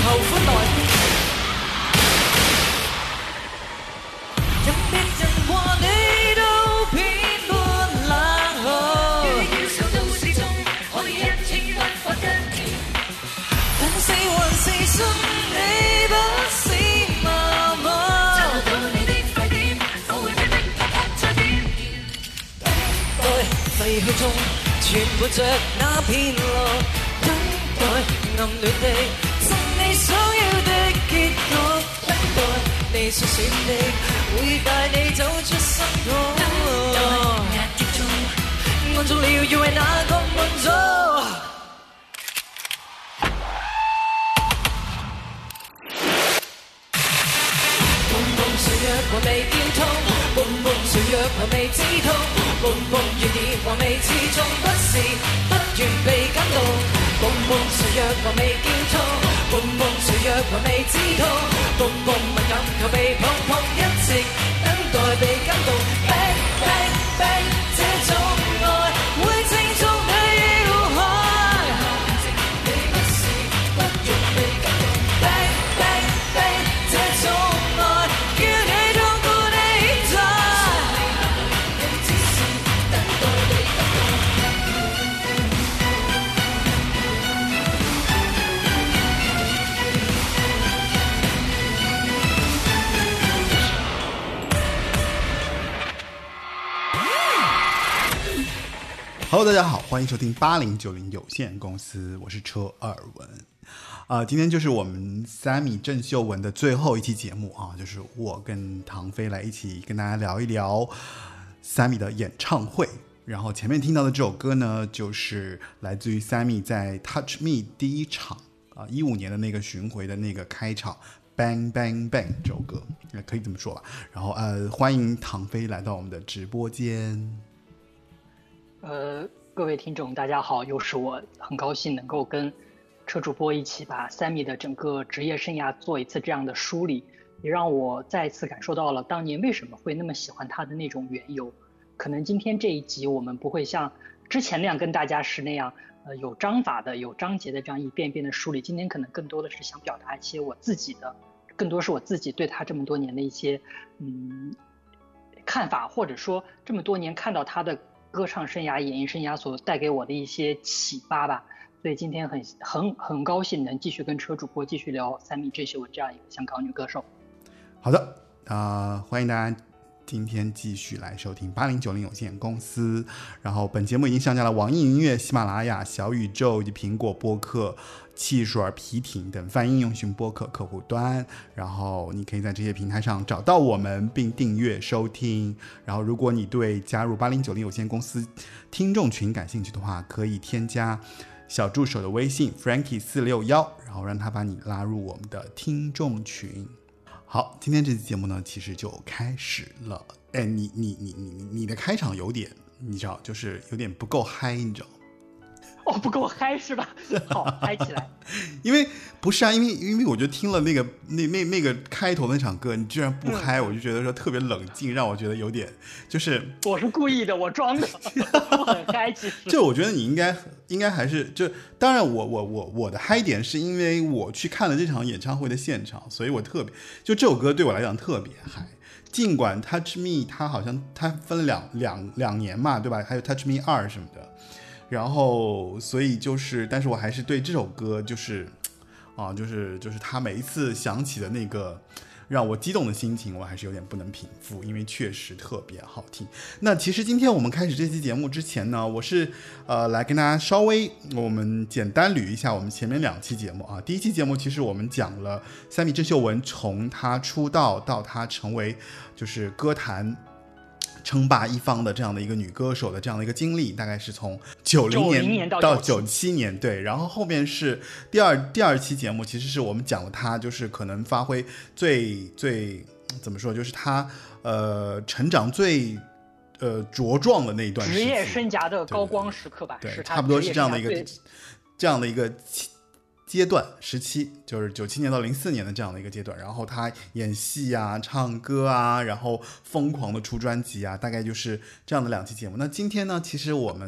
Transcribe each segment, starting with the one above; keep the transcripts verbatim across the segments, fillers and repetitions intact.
後歡來。任別人話你都偏半冷酷，於要小都市中可以一天不發跟你，但是還是信你不是麻木。找到你的快點，我會逼逼啪啪再點。待廢墟中存活着那片路，等待暗戀的贈你想要的結局，等待你所選的會帶你走出深谷，等待壓抑中按中了要為哪個滿足。蹦蹦脆弱還未見痛，蹦蹦脆弱還未知痛，蹦蹦願意還未始終不是不願被感動，蹦蹦脆弱還未見痛，蹦蹦脆弱還未知痛，蹦蹦敏感求被碰碰，一直等待被感動。Bang bang bang， 這種愛會清楚你要開，你不是不願被感動。Bang bang bang， 這種愛叫你痛苦地在，你只是等待被感動。 Hello， 大家好，欢迎收听八零九零有限公司，我是车尔文。啊、呃，今天就是我们三米郑秀文的最后一期节目啊，就是我跟唐飞来一起跟大家聊一聊三米的演唱会。然后前面听到的这首歌呢，就是来自于三米在 Touch Me 第一场啊一五年的那个巡回的那个开场。Bang Bang Bang 这首歌可以这么说吧。然后呃，欢迎唐飞来到我们的直播间。 呃，各位听众大家好，又是我，很高兴能够跟车主播一起把三米的整个职业生涯做一次这样的梳理，也让我再一次感受到了当年为什么会那么喜欢他的那种缘由。可能今天这一集我们不会像之前那样跟大家是那样呃有章法的有章节的这样一遍遍的梳理，今天可能更多的是想表达一些我自己的，更多是我自己对他这么多年的一些嗯看法，或者说这么多年看到他的歌唱生涯演艺生涯所带给我的一些启发吧。所以今天很很很高兴能继续跟车主播继续聊三米郑秀文这样一个香港女歌手。 好的，呃，欢迎大家今天继续来收听八零九零有限公司。然后本节目已经上架了网易云音乐、喜马拉雅、小宇宙以及苹果播客、汽水、皮艇等泛应用型播客客户端，然后你可以在这些平台上找到我们并订阅收听。然后如果你对加入八零九零有限公司听众群感兴趣的话，可以添加小助手的微信 Frankie 四六一，然后让他把你拉入我们的听众群。好，今天这期节目呢，其实就开始了。哎，你你你你你的开场有点，你知道，就是有点不够嗨，你知道吗？ 哦，不够嗨是吧？好，嗨起来！ 因为不是啊，因为因为我就听了那个那那那个开头那场歌，你居然不嗨，嗯、我就觉得说特别冷静，让我觉得有点就是我是故意的，我装的，我很嗨。其实就我觉得你应该应该还是就当然我我我我的嗨点是因为我去看了这场演唱会的现场，所以我特别就这首歌对我来讲特别嗨。尽管 Touch Me 它好像它分了两两两年嘛，对吧？还有 Touch Me 二什么的。然后，所以就是，但是我还是对这首歌，就是，啊，就是就是他每一次想起的那个让我激动的心情，我还是有点不能平复，因为确实特别好听。那其实今天我们开始这期节目之前呢，我是呃来跟大家稍微我们简单捋一下我们前面两期节目啊。第一期节目其实我们讲了三米郑秀文从她出道到她成为就是歌坛称霸一方的这样的一个女歌手的这样的一个经历，大概是从九零年到九七年，对。然后后面是第二第二期节目，其实是我们讲了她就是可能发挥最最怎么说，就是她呃成长最呃茁壮的那一段时职业生涯的高光时刻吧， 对， 是差不多是这样的一个这样的一个阶段时期，就是九七年到零四年的这样的一个阶段。然后他演戏啊、唱歌啊，然后疯狂的出专辑啊，大概就是这样的两期节目。那今天呢，其实我们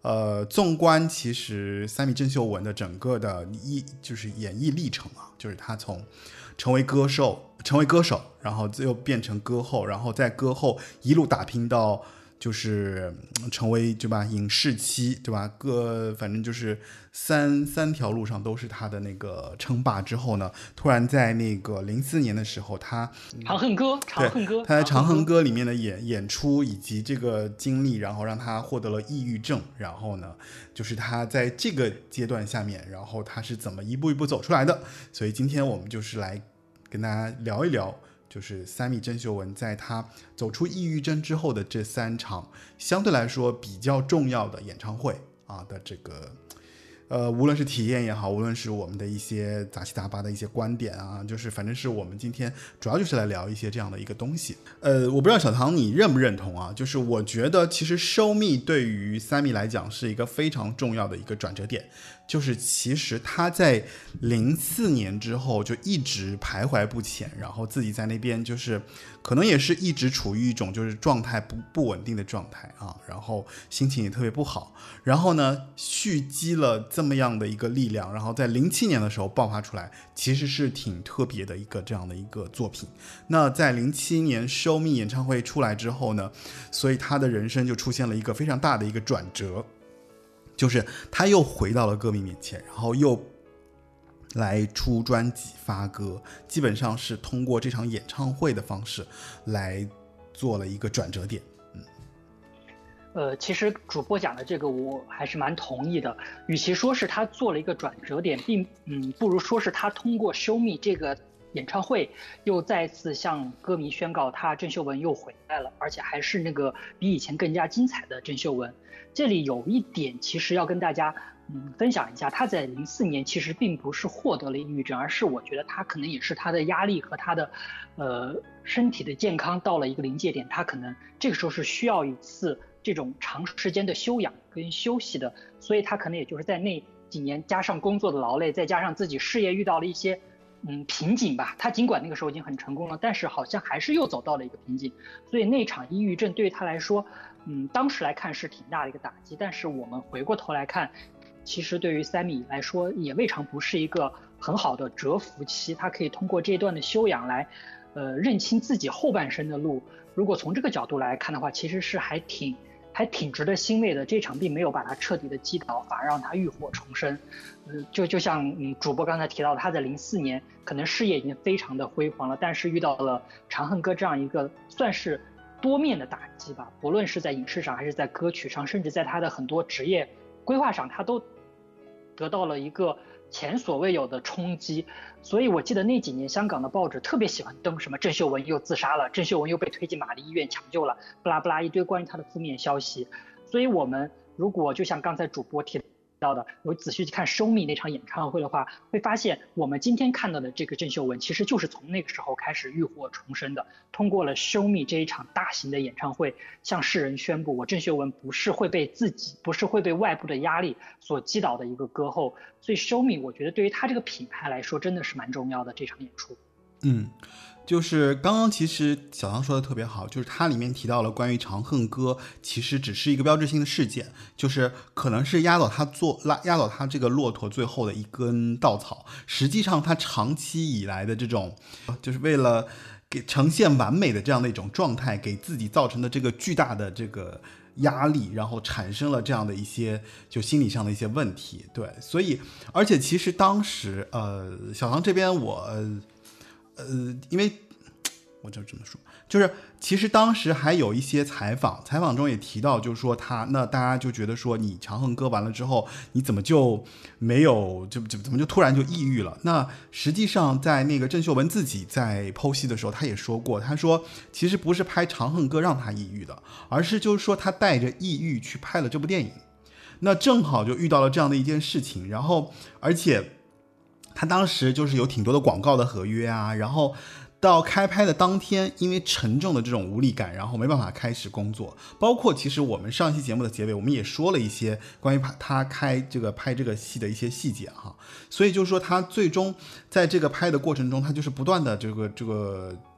呃，纵观其实三米郑秀文的整个的艺就是演艺历程啊，就是他从成为歌手，成为歌手，然后又变成歌后，然后在歌后一路打拼到就是成为对吧影视期对吧，各反正就是三三条路上都是他的那个称霸之后呢，突然在那个零四年的时候，他长恨歌，长恨歌， 他在长恨歌里面的演演出以及这个经历，然后让他获得了抑郁症，然后呢，就是他在这个阶段下面，然后他是怎么一步一步走出来的。所以今天我们就是来跟大家聊一聊。就是三米郑秀文在她走出抑郁症之后的这三场相对来说比较重要的演唱会啊的这个呃，无论是体验也好，无论是我们的一些杂七杂八的一些观点啊，就是反正是我们今天主要就是来聊一些这样的一个东西。呃，我不知道小唐你认不认同啊？就是我觉得其实收密对于三米来讲是一个非常重要的一个转折点，就是其实他在零四年之后就一直徘徊不前，然后自己在那边就是可能也是一直处于一种就是状态不不稳定的状态啊，然后心情也特别不好，然后呢蓄积了这么样的一个力量，然后在零七年的时候爆发出来，其实是挺特别的一个这样的一个作品。那在零七年 Show Me 演唱会出来之后呢，所以他的人生就出现了一个非常大的一个转折，就是他又回到了歌迷面前，然后又来出专辑发歌，基本上是通过这场演唱会的方式来做了一个转折点。 呃，其实主播讲的这个我还是蛮同意的。与其说是他做了一个转折点，并嗯，不如说是他通过 Show Me 这个演唱会，又再次向歌迷宣告他郑秀文又回来了，而且还是那个比以前更加精彩的郑秀文。这里有一点其实要跟大家嗯分享一下，他在零四年其实并不是获得了抑郁症，而是我觉得他可能也是他的压力和他的呃身体的健康到了一个临界点，他可能这个时候是需要一次这种长时间的休养跟休息的，所以他可能也就是在那几年加上工作的劳累，再加上自己事业遇到了一些嗯瓶颈吧，他尽管那个时候已经很成功了，但是好像还是又走到了一个瓶颈，所以那场抑郁症对于他来说嗯当时来看是挺大的一个打击，但是我们回过头来看，其实对于三米来说也未尝不是一个很好的蛰伏期，他可以通过这段的休养来呃认清自己后半生的路。如果从这个角度来看的话，其实是还挺还挺值得欣慰的，这场并没有把他彻底的击倒，反而让他浴火重生。呃，就就像嗯主播刚才提到的，他在零四年可能事业已经非常的辉煌了，但是遇到了长恨歌这样一个算是多面的打击吧，不论是在影视上还是在歌曲上，甚至在他的很多职业规划上，他都得到了一个前所未有的冲击。所以我记得那几年香港的报纸特别喜欢登什么郑秀文又自杀了，郑秀文又被推进玛丽医院抢救了，不拉不拉一堆关于她的负面消息。所以我们如果就像刚才主播提到的，我仔细去看 Show Me 那场演唱会的话，会发现我们今天看到的这个郑秀文其实就是从那个时候开始浴火重生的，通过了 Show Me 这一场大型的演唱会向世人宣布，我郑秀文不是会被自己不是会被外部的压力所击倒的一个歌后。所以 Show Me 我觉得对于他这个品牌来说真的是蛮重要的，这场演出。 嗯，就是刚刚其实小唐说的特别好，就是它里面提到了关于长恨歌其实只是一个标志性的事件，就是可能是压倒他做拉压倒他这个骆驼最后的一根稻草，实际上他长期以来的这种就是为了给呈现完美的这样的一种状态，给自己造成的这个巨大的这个压力，然后产生了这样的一些就心理上的一些问题。对，所以而且其实当时呃小唐这边我呃，因为我就这么说，就是其实当时还有一些采访，采访中也提到，就是说他，那大家就觉得说，你长恨歌完了之后，你怎么就没有，就就怎么就突然就抑郁了？那实际上在那个郑秀文自己在剖析的时候，他也说过，他说其实不是拍长恨歌让他抑郁的，而是就是说他带着抑郁去拍了这部电影，那正好就遇到了这样的一件事情，然后而且他当时就是有挺多的广告的合约啊，然后到开拍的当天，因为沉重的这种无力感，然后没办法开始工作。包括其实我们上一期节目的结尾，我们也说了一些关于他开这个拍这个戏的一些细节哈。所以就是说，他最终在这个拍的过程中，他就是不断的这个这个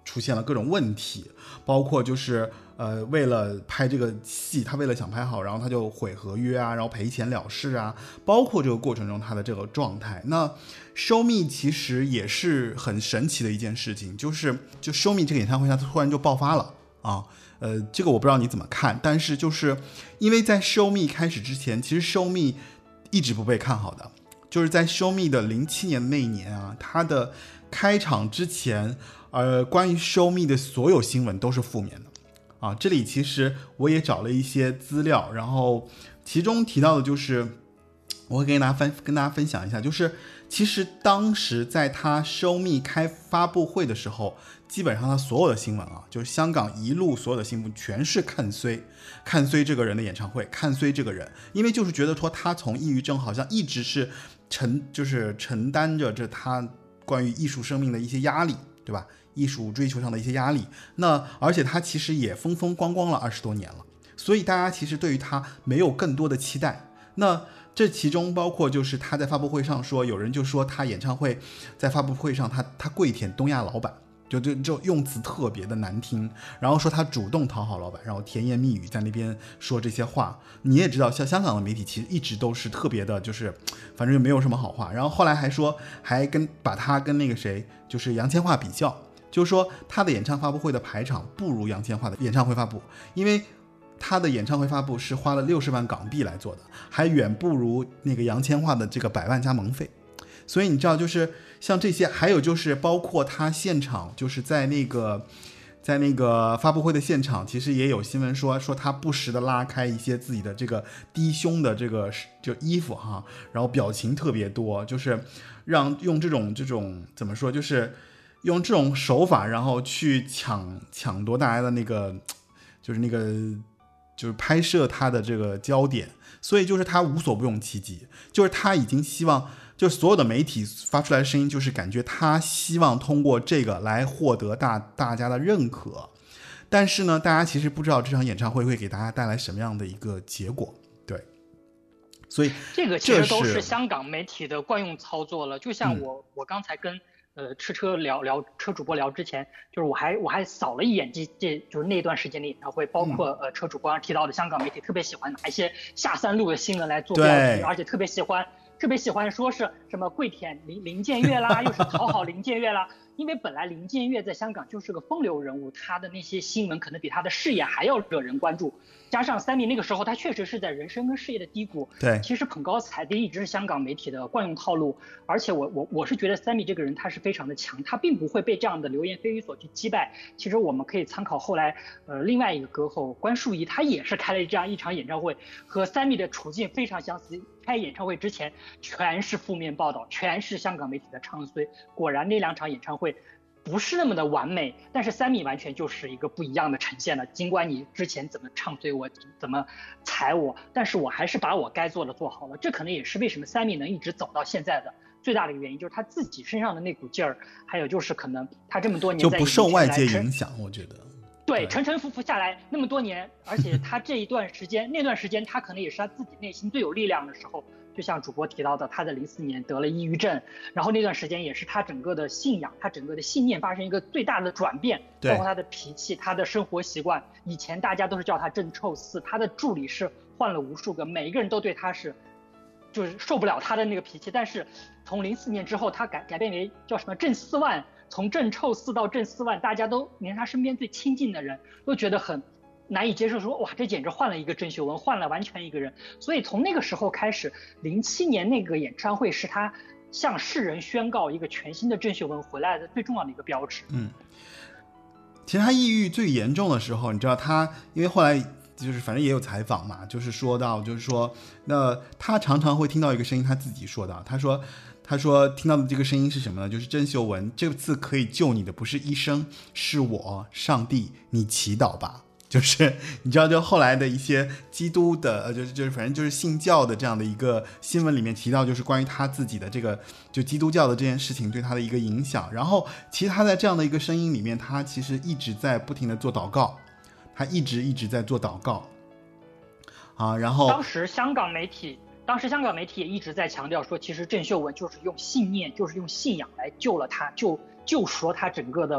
出现了各种问题，包括就是呃为了拍这个戏，他为了想拍好，然后他就毁合约啊，然后赔钱了事啊，包括这个过程中他的这个状态。那 Show Me 其实也是很神奇的一件事情，就是就 Show Me 这个演唱会它突然就爆发了啊。呃，这个我不知道你怎么看，但是就是因为在 Show Me 开始之前，其实 Show Me 一直不被看好的，就是在 Show Me 的零七年那一年啊，它的开场之前，呃，关于 Show Me 的所有新闻都是负面的啊。这里其实我也找了一些资料，然后其中提到的就是，我会跟大家分跟大家分享一下，就是其实当时在他 Show Me 开发布会的时候，基本上他所有的新闻啊，就是香港一路所有的新闻全是看衰，看衰这个人的演唱会，看衰这个人，因为就是觉得说他从抑郁症好像一直是承就是承担着这他关于艺术生命的一些压力，对吧？艺术追求上的一些压力。那而且他其实也风风光光了二十多年了，所以大家其实对于他没有更多的期待。那这其中包括就是他在发布会上说，有人就说他演唱会在发布会上他他跪舔东亚老板，就就就用词特别的难听，然后说他主动讨好老板，然后甜言蜜语在那边说这些话。你也知道，像香港的媒体其实一直都是特别的，就是反正就没有什么好话。然后后来还说，还跟把他跟那个谁，就是杨千嬅比较，就是说他的演唱发布会的排场不如杨千嬅的演唱会发布，因为他的演唱会发布是花了六十万港币来做的，还远不如那个杨千嬅的这个百万加盟费。所以你知道，就是像这些，还有就是包括他现场，就是在那个在那个发布会的现场，其实也有新闻说说他不时的拉开一些自己的这个低胸的这个就衣服哈，然后表情特别多，就是让用这种这种怎么说，就是用这种手法，然后去抢抢夺大家的那个就是那个就是拍摄他的这个焦点。所以就是他无所不用其极，就是他已经希望，就是所有的媒体发出来的声音，就是感觉他希望通过这个来获得大大家的认可。但是呢，大家其实不知道这场演唱会会给大家带来什么样的一个结果。对，所以这个其实都是香港媒体的惯用操作了。就像我、嗯、我刚才跟呃吃车聊聊车主播聊之前，就是我还我还扫了一眼这这就是那段时间的演唱会，包括、嗯、呃车主播刚提到的香港媒体特别喜欢拿一些下三路的新闻来做标题，而且特别喜欢特别喜欢说是什么跪舔林林建岳啦，又是讨好林建岳啦。因为本来林建岳在香港就是个风流人物，他的那些新闻可能比他的事业还要惹人关注。加上三米那个时候他确实是在人生跟事业的低谷， 对， 其实捧高踩低一直是香港媒体的惯用套路。而且我我我是觉得三米这个人他是非常的强，他并不会被这样的流言蜚语所去击败。其实我们可以参考后来呃另外一个歌后关淑怡，他也是开了这样一场演唱会，和三米的处境非常相似。开演唱会之前全是负面报道，全是香港媒体的唱衰。果然那两场演唱会不是那么的完美，但是三米完全就是一个不一样的呈现了。尽管你之前怎么唱衰我，怎么踩我，但是我还是把我该做的做好了。这可能也是为什么三米能一直走到现在的最大的一个原因，就是他自己身上的那股劲儿，还有就是可能他这么多年在就不受外界影响，我觉得。 对，沉沉浮浮下来那么多年，而且他这一段时间那段时间他可能也是他自己内心最有力量的时候。就像主播提到的，他在零四年得了抑郁症，然后那段时间也是他整个的信仰，他整个的信念发生一个最大的转变，包括他的脾气，他的生活习惯。以前大家都是叫他郑臭四，他的助理是换了无数个，每一个人都对他是就是受不了他的那个脾气。但是从零四年之后，他改改变为叫什么郑四万，从郑臭四到郑四万，大家都连他身边最亲近的人都觉得很难以接受，说哇，这简直换了一个郑秀文，换了完全一个人。所以从那个时候开始，零七年那个演唱会是他向世人宣告一个全新的郑秀文回来的最重要的一个标志。 嗯，其实他抑郁最严重的时候，你知道他，因为后来就是反正也有采访嘛，就是说到，就是说，那他常常会听到一个声音，他自己说的，他说。他说听到的这个声音是什么呢？就是郑秀文，这次可以救你的不是医生，是我，上帝，你祈祷吧。就是你知道，就后来的一些基督的，呃，就是就是反正就是信教的这样的一个新闻里面提到，就是关于他自己的这个就基督教的这件事情对他的一个影响。然后其实他在这样的一个声音里面，他其实一直在不停的做祷告，他一直一直在做祷告啊。然后当时香港媒体。当时香港媒体也一直在强调说，其实郑秀文就是用信念，就是用信仰来救了他，救救赎了他整个的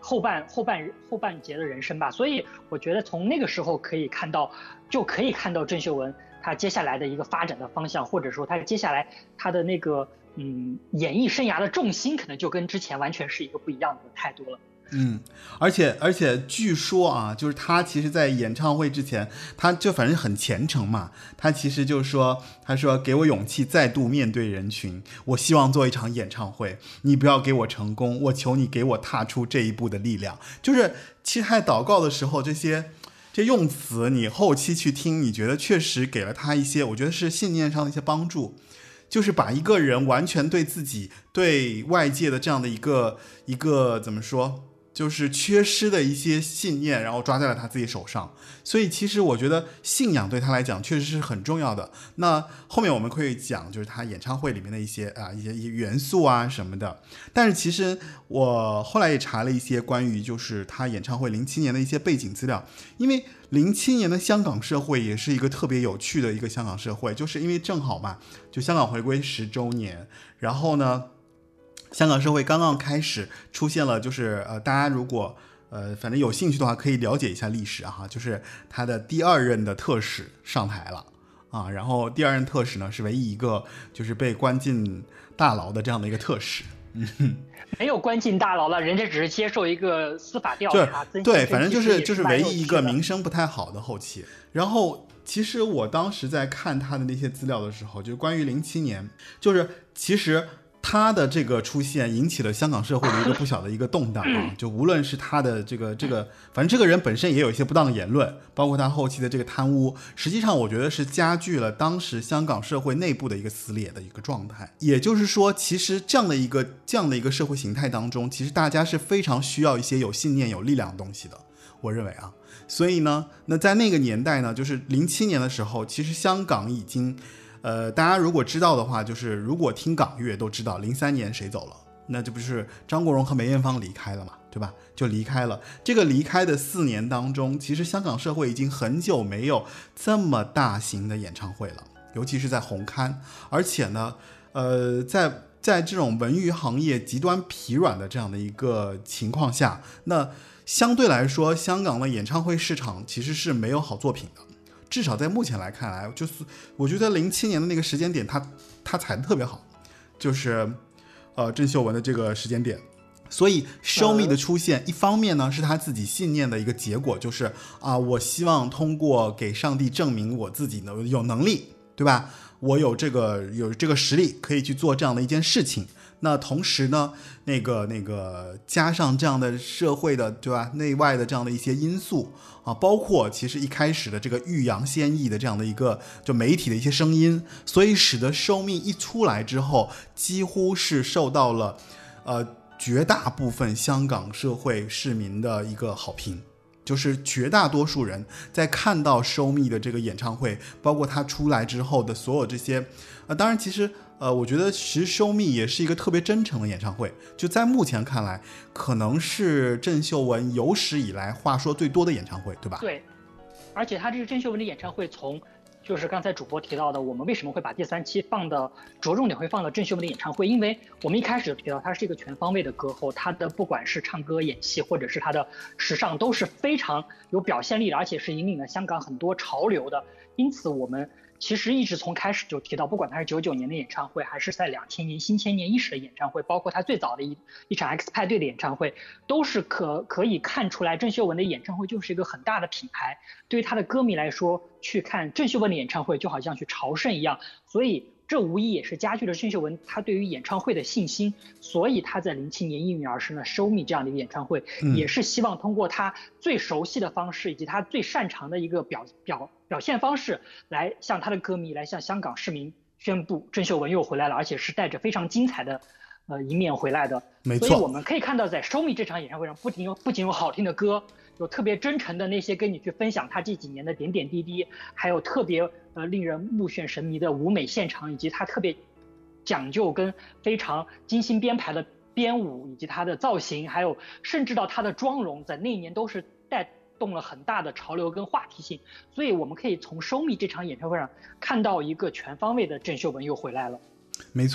后半后半后半截的人生吧。所以我觉得从那个时候可以看到，就可以看到郑秀文她接下来的一个发展的方向，或者说她接下来她的那个嗯演艺生涯的重心，可能就跟之前完全是一个不一样的态度了。 嗯，而且而且据说啊，就是他其实在演唱会之前，他就反正很虔诚嘛，他其实就说，他说给我勇气再度面对人群，我希望做一场演唱会，你不要给我成功，我求你给我踏出这一步的力量。就是其实他在祷告的时候，这些这用词你后期去听，你觉得确实给了他一些，我觉得是信念上的一些帮助。就是把一个人完全对自己对外界的这样的一个一个怎么说，就是缺失的一些信念，然后抓在了他自己手上。所以其实我觉得信仰对他来讲确实是很重要的。那后面我们可以讲就是他演唱会里面的一些啊一些元素啊什么的。但是其实我后来也查了一些关于就是他演唱会零七年的一些背景资料，因为零七年的香港社会也是一个特别有趣的一个香港社会，就是因为正好嘛，就香港回归十周年，然后呢香港社会刚刚开始出现了，就是呃，大家如果呃反正有兴趣的话，可以了解一下历史啊，就是他的第二任的特使上台了啊，然后第二任特使呢是唯一一个就是被关进大牢的这样的一个特使。嗯， 没有关进大牢了，人家只是接受一个司法调查。 对，反正就是就是唯一一个名声不太好的后期。然后其实我当时在看他的那些资料的时候，就关于零七年，就是其实他的这个出现引起了香港社会的一个不小的一个动荡啊，就无论是他的这个这个，反正这个人本身也有一些不当的言论，包括他后期的这个贪污，实际上我觉得是加剧了当时香港社会内部的一个撕裂的一个状态。也就是说，其实这样的一个这样的一个社会形态当中，其实大家是非常需要一些有信念、有力量的东西的，我认为啊。所以呢，那在那个年代呢，就是零七年的时候，其实香港已经。呃，大家如果知道的话，就是如果听港乐都知道，零三年谁走了？那这不是张国荣和梅艳芳离开了嘛，对吧？就离开了。这个离开的四年当中，其实香港社会已经很久没有这么大型的演唱会了，尤其是在红磡。而且呢，呃，在在这种文娱行业极端疲软的这样的一个情况下，那相对来说，香港的演唱会市场其实是没有好作品的。至少在目前来看来，就是我觉得零七年的那个时间点，他他踩的特别好，就是呃郑秀文的这个时间点。所以 Show Me 的出现，一方面呢是他自己信念的一个结果，就是啊、呃，我希望通过给上帝证明我自己能有能力，对吧？我有这个有这个实力可以去做这样的一件事情。那同时呢，那个那个加上这样的社会的，对吧？内外的这样的一些因素啊，包括其实一开始的这个欲扬先抑的这样的一个就媒体的一些声音，所以使得Show Me一出来之后，几乎是受到了呃绝大部分香港社会市民的一个好评。就是绝大多数人在看到Show Me的这个演唱会，包括他出来之后的所有这些，呃，当然其实呃，我觉得其实Show Me也是一个特别真诚的演唱会，就在目前看来，可能是郑秀文有史以来话说最多的演唱会，对吧？ 对，而且他这个郑秀文的演唱会从。就是刚才主播提到的，我们为什么会把第三期放的着重点会放到郑秀文的演唱会？因为我们一开始就提到，她是一个全方位的歌后，她的不管是唱歌、演戏，或者是她的时尚，都是非常有表现力的，而且是引领了香港很多潮流的。因此，我们其实一直从开始就提到，不管她是九九年的演唱会，还是在两千年新千年伊始的演唱会，包括她最早的一一场 X 派对的演唱会，都是可可以看出来，郑秀文的演唱会就是一个很大的品牌。对于她的歌迷来说，去看郑秀文的演唱会就好像去朝圣一样，所以这无疑也是加剧了郑秀文她对于演唱会的信心。所以她在零七年应运而生了 Show Me 这样的一个演唱会，嗯、也是希望通过她最熟悉的方式以及她最擅长的一个表表表现方式，来向她的歌迷，来向香港市民宣布郑秀文又回来了，而且是带着非常精彩的呃一面回来的。 没错， 所以我们可以看到，在 Show Me 这场演唱会上，不仅有不仅有好听的歌。有特别真诚的那些跟你去分享他这几年的点点滴滴，还有特别呃令人目眩神迷的舞美现场，以及他特别讲究跟非常精心编排的编舞，以及他的造型，还有甚至到他的妆容，在那一年都是带动了很大的潮流跟话题性。所以我们可以从Show Me这场演唱会上看到一个全方位的郑秀文又回来了。 没错。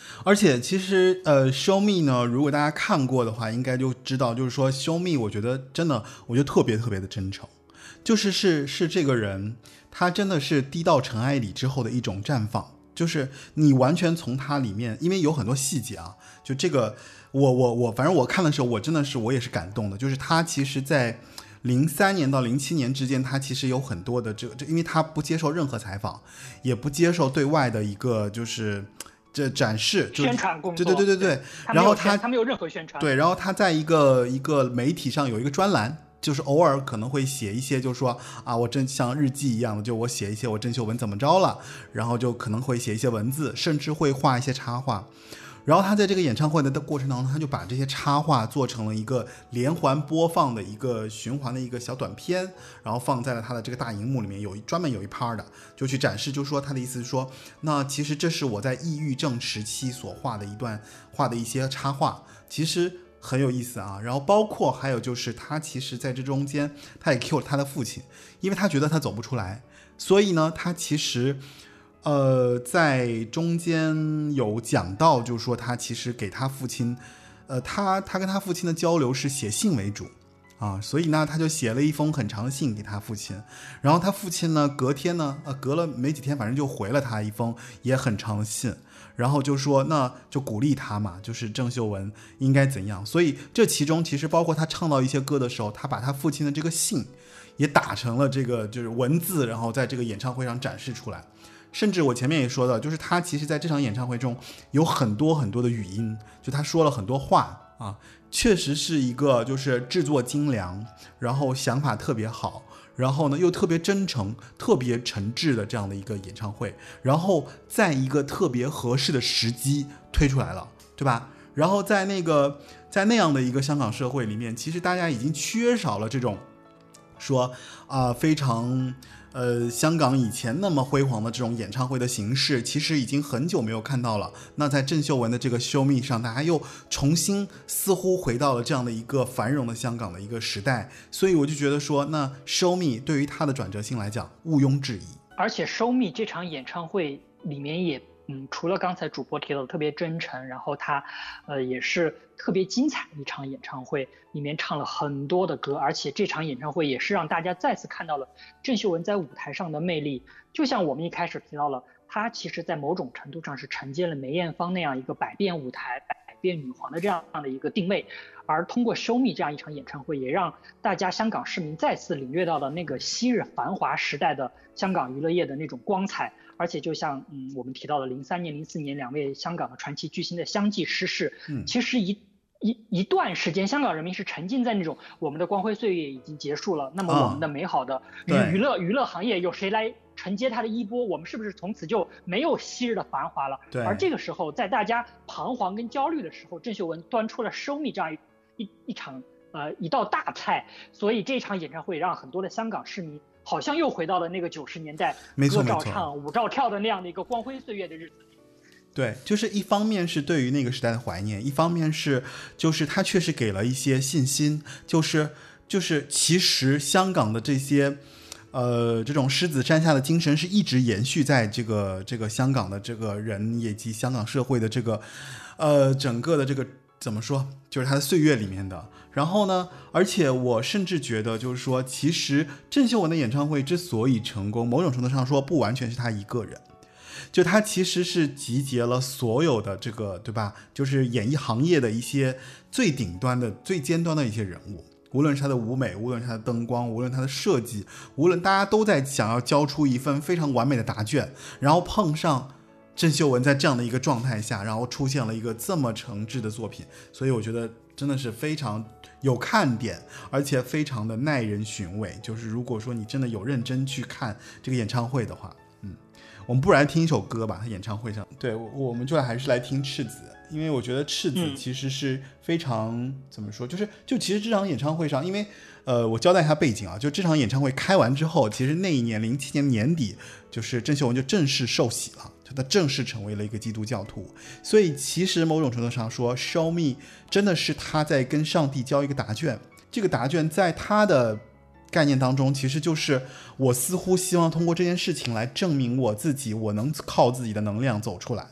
而且其实呃 Show Me 呢，如果大家看过的话应该就知道，就是说 Show Me 我觉得真的我觉得特别特别的真诚，就是是是这个人他真的是低到尘埃里之后的一种绽放，就是你完全从他里面，因为有很多细节啊，就这个我我我反正我看的时候我真的是我也是感动的，就是他其实在零三年到零七年之间，他其实有很多的这个，因为他不接受任何采访，也不接受对外的一个就是这展示宣传工作， 对对对对对，然后他他没有任何宣传， 对，然后他在一个一个媒体上有一个专栏。就是偶尔可能会写一些，就是说啊，我真像日记一样的，就我写一些我郑秀文怎么着了，然后就可能会写一些文字，甚至会画一些插画。然后他在这个演唱会的过程当中，他就把这些插画做成了一个连环播放的一个循环的一个小短片，然后放在了他的这个大荧幕里面，有专门有一 part 的，就去展示，就说他的意思是说，那其实这是我在抑郁症时期所画的一段画的一些插画，其实很有意思啊。然后包括还有就是他其实在这中间他也 cue 了他的父亲，因为他觉得他走不出来，所以呢他其实呃在中间有讲到，就是说他其实给他父亲呃他他跟他父亲的交流是写信为主啊，所以呢他就写了一封很长的信给他父亲，然后他父亲呢隔天呢呃隔了没几天反正就回了他一封也很长的信，然后就说那就鼓励他嘛，就是郑秀文应该怎样。所以这其中其实包括他唱到一些歌的时候，他把他父亲的这个信也打成了这个就是文字，然后在这个演唱会上展示出来。甚至我前面也说到，就是他其实在这场演唱会中有很多很多的语音，就他说了很多话啊，确实是一个就是制作精良，然后想法特别好，然后呢又特别真诚特别诚挚的这样的一个演唱会，然后在一个特别合适的时机推出来了，对吧？然后在那个在那样的一个香港社会里面，其实大家已经缺少了这种说啊、呃、非常呃，香港以前那么辉煌的这种演唱会的形式，其实已经很久没有看到了。那在郑秀文的这个 Show Me 上，大家又重新似乎回到了这样的一个繁荣的香港的一个时代，所以我就觉得说，那 Show Me 对于它的转折性来讲，毋庸置疑。 而且 Show Me 这场演唱会里面也，嗯，除了刚才主播提到的特别真诚，然后它，呃，也是特别精彩的一场演唱会，里面唱了很多的歌，而且这场演唱会也是让大家再次看到了郑秀文在舞台上的魅力。就像我们一开始提到了，她其实在某种程度上是承接了梅艳芳那样一个百变舞台、百变女皇的这样的一个定位，而通过 Show Me 这样一场演唱会，也让大家香港市民再次领略到了那个昔日繁华时代的香港娱乐业的那种光彩。而且就像嗯我们提到的零三年、零四年两位香港的传奇巨星的相继失势，嗯，其实一一一段时间，香港人民是沉浸在那种我们的光辉岁月已经结束了，那么我们的美好的娱乐、哦、娱乐行业有谁来承接它的衣钵？我们是不是从此就没有昔日的繁华了？对。而这个时候，在大家彷徨跟焦虑的时候，郑秀文端出了 Show Me 这样一一一场呃一道大菜，所以这场演唱会让很多的香港市民好像又回到了那个九十年代歌照唱舞照跳的那样的一个光辉岁月的日子。 对，就是一方面是对于那个时代的怀念，一方面是就是他确实给了一些信心，就是就是其实香港的这些呃这种狮子山下的精神是一直延续在这个这个香港的这个人以及香港社会的这个呃整个的这个怎么说，就是他的岁月里面的。然后呢，而且我甚至觉得就是说，其实郑秀文的演唱会之所以成功，某种程度上说不完全是他一个人，就他其实是集结了所有的这个对吧，就是演艺行业的一些最顶端的最尖端的一些人物，无论是他的舞美，无论是他的灯光，无论他的设计，无论大家都在想要交出一份非常完美的答卷，然后碰上郑秀文在这样的一个状态下，然后出现了一个这么诚挚的作品，所以我觉得真的是非常有看点，而且非常的耐人寻味。就是如果说你真的有认真去看这个演唱会的话，嗯，我们不然听一首歌吧，他演唱会上，对，我们就还是来听赤子，因为我觉得赤子其实是非常、嗯、怎么说，就是就其实这场演唱会上，因为呃，我交代一下背景啊，就这场演唱会开完之后，其实那一年零七年年底，就是郑秀文就正式受洗了。他正式成为了一个基督教徒，所以其实某种程度上说 Show Me 真的是他在跟上帝交一个答卷，这个答卷在他的概念当中其实就是我似乎希望通过这件事情来证明我自己，我能靠自己的能量走出来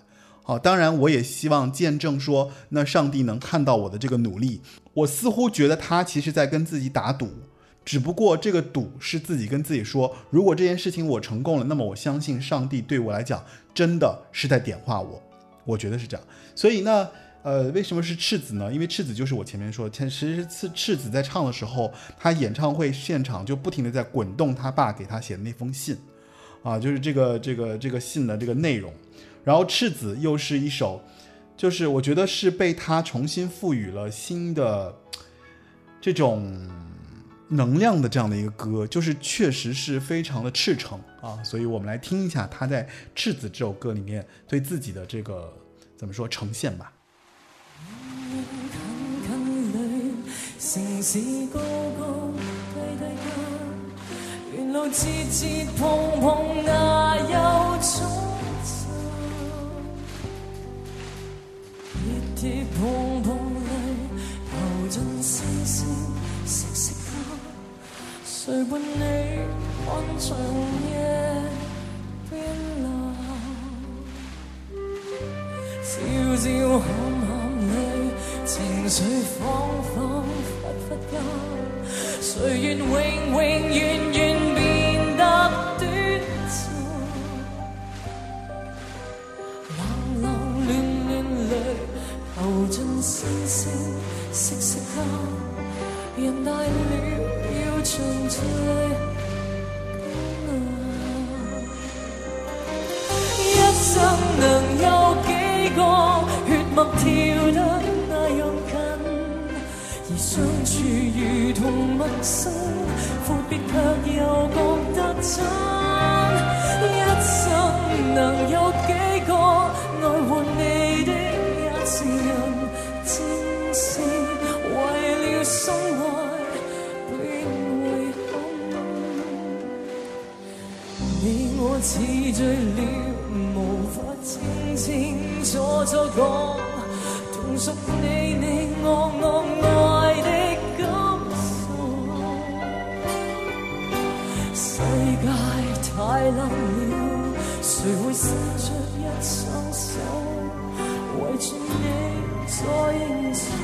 好，当然我也希望见证说，那上帝能看到我的这个努力。我似乎觉得他其实在跟自己打赌，只不过这个赌是自己跟自己说，如果这件事情我成功了，那么我相信上帝对我来讲真的是在点化我，我觉得是这样。所以呢，呃，为什么是赤子呢？因为赤子就是我前面说的，其实赤子在唱的时候，他演唱会现场就不停的在滚动他爸给他写的那封信，啊，就是这个这个这个信的这个内容。然后赤子又是一首，就是我觉得是被他重新赋予了新的这种能量的这样的一个歌，就是确实是非常的赤诚啊。所以我们来听一下他在赤子这首歌里面对自己的这个怎么说呈现吧。 城市高高低低間，沿路節節碰碰那憂衷愁，跌跌碰碰裏投進星星息息間，誰伴你看長夜變老，朝朝喊喊裏情緒恍恍惚惚間，歲月永永遠遠變得短暫，冷冷暖暖裏投進星星息息間，人大了要長醉一生能有幾個血脈跳得那樣近，而相處如同陌生，闊別卻又覺得真。一生能有幾個愛護你的也是人，正是為了心愛變遺憾。你我似醉了，無法清清楚楚講，同屬你你我我愛的感受。世界太冷了，誰會伸出一雙手，圍住你再迎着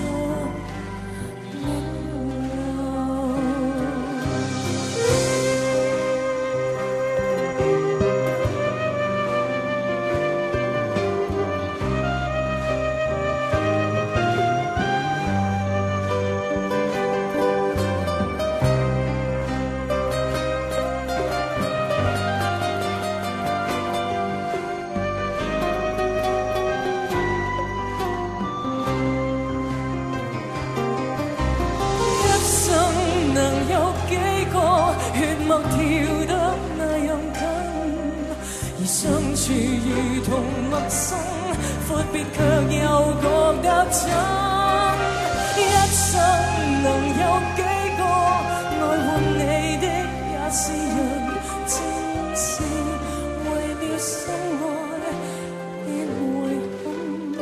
如同陌生，闊別卻又覺得真。一生能有幾個愛護你的也是人，正是為了心愛變遺憾。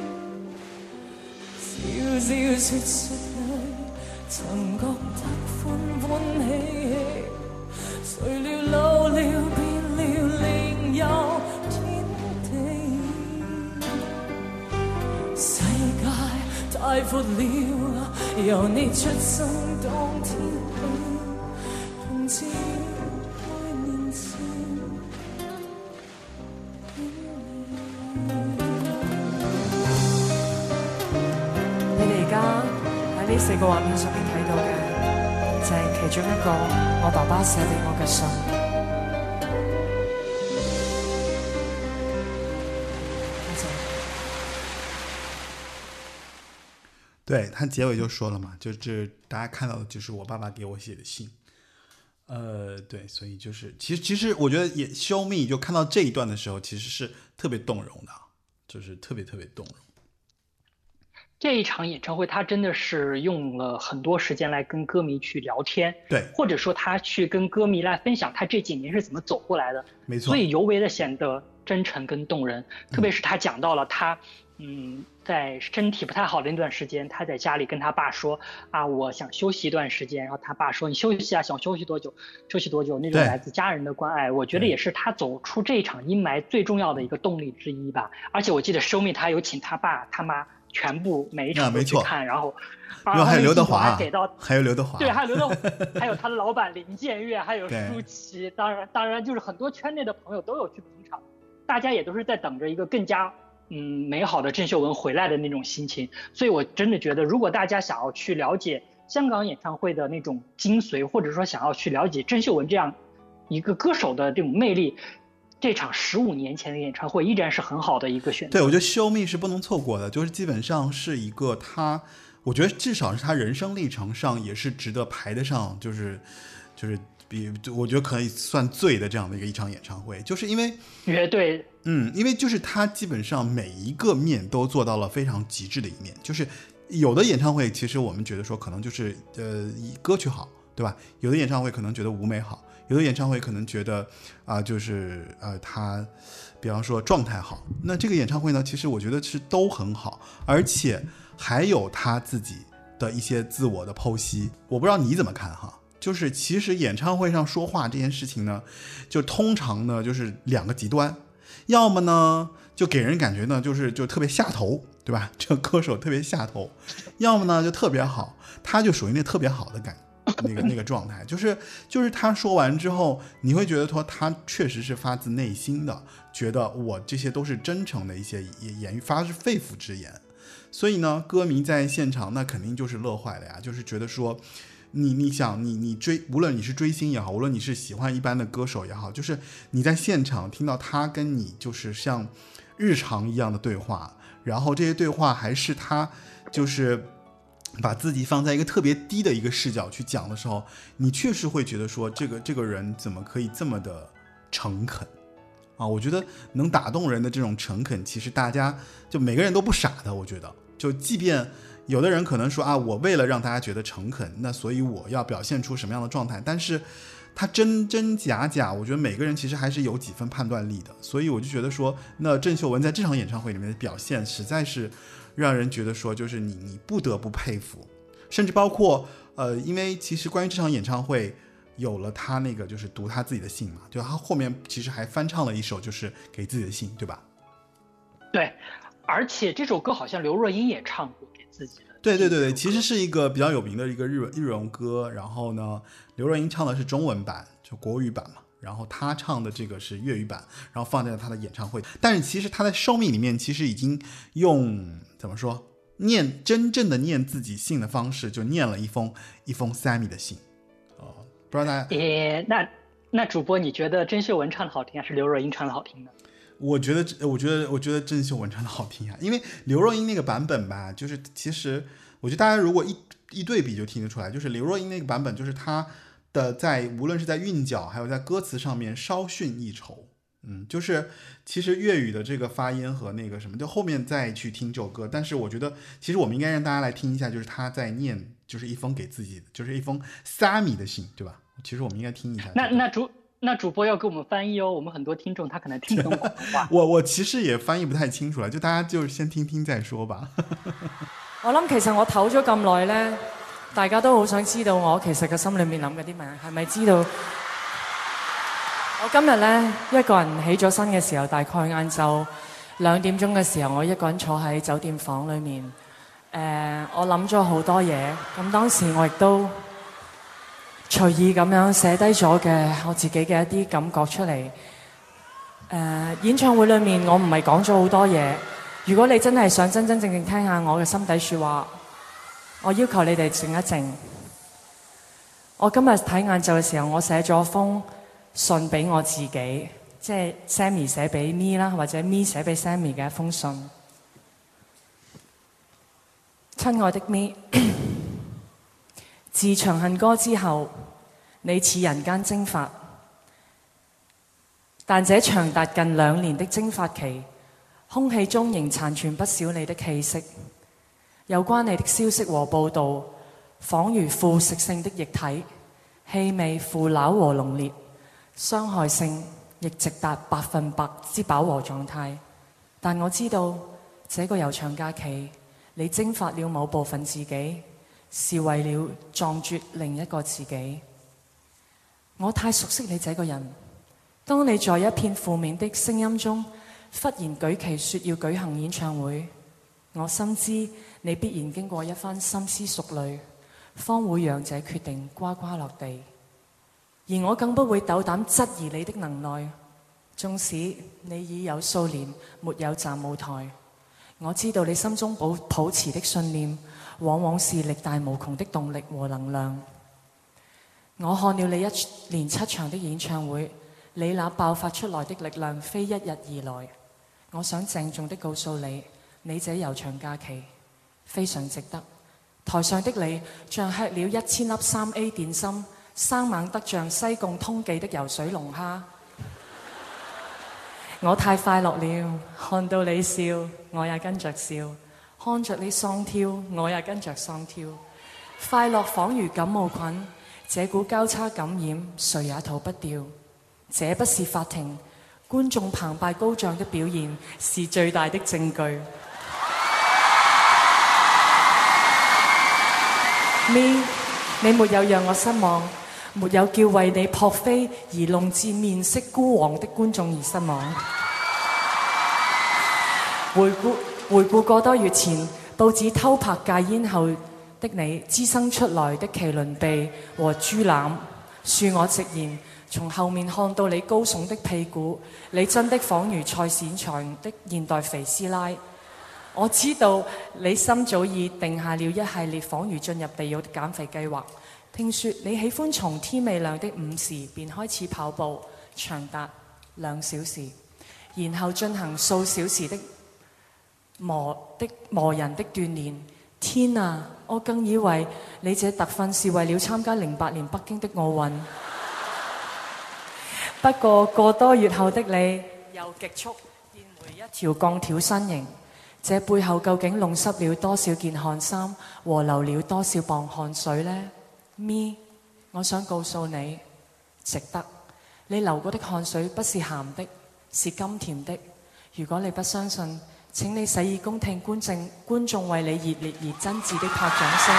笑笑說說裏，曾覺得歡歡喜喜，誰料老了變了另有太闊了，由你出生當天起，從此愛年前。你哋而家喺呢四個畫面上面睇到嘅，就係其中一個我爸爸寫俾我嘅信。 对，他结尾就说了嘛，就这大家看到的就是我爸爸给我写的信，呃，对，所以就是其实其实我觉得也 show me 就看到这一段的时候，其实是特别动容的，就是特别特别动容。 这一场演唱会，他真的是用了很多时间来跟歌迷去聊天， 对， 或者说他去跟歌迷来分享他这几年是怎么走过来的， 没错， 所以尤为的显得真诚跟动人。特别是他讲到了他，嗯， 在身体不太好的那段时间，他在家里跟他爸说啊，我想休息一段时间。然后他爸说你休息啊，想休息多久休息多久，那种来自家人的关爱，我觉得也是他走出这一场阴霾最重要的一个动力之一吧。而且我记得收命他有请他爸他妈全部每一场都去看，啊、然后因为还有刘德华， 还给到还有刘德华， 对，还有刘德华，还有他的老板林建岳，还有舒淇，当然当然就是很多圈内的朋友都有去捧场，大家也都是在等着一个更加嗯美好的郑秀文回来的那种心情。所以我真的觉得，如果大家想要去了解香港演唱会的那种精髓，或者说想要去了解郑秀文这样一个歌手的这种魅力，这场十五年前的演唱会依然是很好的一个选择。 对，我觉得 Show Me 是不能错过的，就是基本上是一个他，我觉得至少是他人生历程上也是值得排得上，就是就是比我觉得可以算最的这样的一个一场演唱会，就是因为绝对嗯，因为就是他基本上每一个面都做到了非常极致的一面，就是有的演唱会其实我们觉得说可能就是呃歌曲好，对吧？有的演唱会可能觉得舞美好。有的演唱会可能觉得啊、呃，就是呃，他，比方说状态好，那这个演唱会呢，其实我觉得是都很好，而且还有他自己的一些自我的剖析。我不知道你怎么看哈，就是其实演唱会上说话这件事情呢，就通常呢就是两个极端，要么呢就给人感觉呢就是就特别下头，对吧？这个歌手特别下头，要么呢就特别好，他就属于那特别好的感觉。那个那个状态，就是就是他说完之后，你会觉得说他确实是发自内心的，觉得我这些都是真诚的一些言语，发自肺腑之言。所以呢，歌迷在现场那肯定就是乐坏了呀，就是觉得说，你你想你你追，无论你是追星也好，无论你是喜欢一般的歌手也好，就是你在现场听到他跟你就是像日常一样的对话，然后这些对话还是他就是。把自己放在一个特别低的一个视角去讲的时候，你确实会觉得说这个这个人怎么可以这么的诚恳啊？我觉得能打动人的这种诚恳，其实大家就每个人都不傻的。我觉得，就即便有的人可能说啊，我为了让大家觉得诚恳，那所以我要表现出什么样的状态，但是他真真假假，我觉得每个人其实还是有几分判断力的。所以我就觉得说，那郑秀文在这场演唱会里面的表现实在是让人觉得说，就是你你不得不佩服，甚至包括呃，因为其实关于这场演唱会有了他那个就是读他自己的信嘛，就他后面其实还翻唱了一首就是给自己的信，对吧？ 对，而且这首歌好像刘若英也唱过给自己的。 对对对对，其实是一个比较有名的一个日日文歌，然后呢，刘若英唱的是中文版，就国语版嘛。然后他唱的这个是粤语版，然后放在了他的演唱会。但是其实他在Show Me里面其实已经用怎么说念真正的念自己信的方式，就念了一封一封Sammy的信。哦，不知道大家。 诶，那那主播你觉得郑秀文唱的好听还是刘若英唱的好听呢？ 我觉得，我觉得，我觉得郑秀文唱的好听啊，因为刘若英那个版本吧，就是其实我觉得大家如果一一对比就听得出来，就是刘若英那个版本，就是她的在无论是在韵脚还有在歌词上面稍逊一筹。嗯，就是其实粤语的这个发音和那个什么，就后面再去听这首歌。但是我觉得，其实我们应该让大家来听一下，就是他在念，就是一封给自己的，就是一封Sammy的信，对吧？其实我们应该听一下、这个。 那那主那主播要给我们翻译哦，我们很多听众他可能听不懂广东话。 我我其實也翻譯不太清楚啦，就大家就先聽聽再說吧。 我諗其實我唞咗咁耐咧，大家都好想知道我其實嘅心裏面諗嘅啲乜，係咪知道？我今日咧一個人起咗身嘅時候，大概晏晝兩點鐘嘅時候，我一個人坐喺酒店房裏面。誒、呃，我諗咗好多嘢，咁當時我亦都隨意咁樣寫低咗嘅我自己嘅一啲感覺出嚟。誒、呃，演唱會裏面我唔係講咗好多嘢。如果你真係想真真正正聽下我嘅心底説話，我要求你哋靜一靜。我今日睇晏晝嘅時候，我寫咗封信俾我自己，即係 Sammy 寫俾 Me 啦，或者 Me 寫俾 Sammy 嘅一封信。親愛的 Me， 自長恨歌之後，你似人間蒸發，但這長達近兩年的蒸發期，空氣中仍殘存不少你的氣息。有關你的消息和報導，仿如腐蝕性的液體，氣味腐朽和濃烈，傷害性亦直達百分百之飽和狀態。但我知道， 這個悠長假期，你蒸發了某部分自己，是為了撞絕另一個自己。我太熟悉你這個人，當你在一片負面的聲音中忽然舉旗說要舉行演唱會，我深知你必然經過一番深思熟慮，方會讓這決定呱呱落地。而我更不會斗膽質疑你的能耐，縱使你已有數年沒有站舞台。我知道你心中保抱持的信念，往往是力大無窮的動力和能量。我看了你一連七場的演唱會，你那爆發出來的力量非一日而來。我想鄭重地告訴你，你這悠長假期非常值得。台上的你像吃了一千粒三 A 電芯，生猛得像西貢通記的游水龍蝦。我太快樂了，看到你笑，我也跟着笑；看着你喪跳，我也跟着喪跳。快樂仿如感冒菌，這股交叉感染，誰也逃不掉。這不是法庭，觀眾澎湃高漲的表現是最大的證據。咪，你沒有讓我失望，沒有叫為你撲飛而弄至面色枯黃的觀眾而失望。回顧回顧個多月前報紙偷拍戒煙後的你滋生出來的麒麟臂和豬腩，恕我直言，從後面看到你高聳的屁股，你真的仿如菜市場的現代肥師奶。我知道你心早已定下了一系列仿如進入地獄的減肥計劃。聽說你喜歡從天未亮的午時便開始跑步，長達兩小時，然後進行數小時的磨的磨人的鍛鍊。天啊！我更以為你這特訓是為了參加零八年北京的奧運。不過個多月後的你又極速變回一條鋼條身形，這背後究竟弄濕了多少件汗衫和流了多少磅汗水呢？咪，我想告訴你，值得。你流過的汗水不是鹹的，是甘甜的。如果你不相信，請你洗耳恭聽觀眾觀眾為你熱烈而真摯的拍掌聲。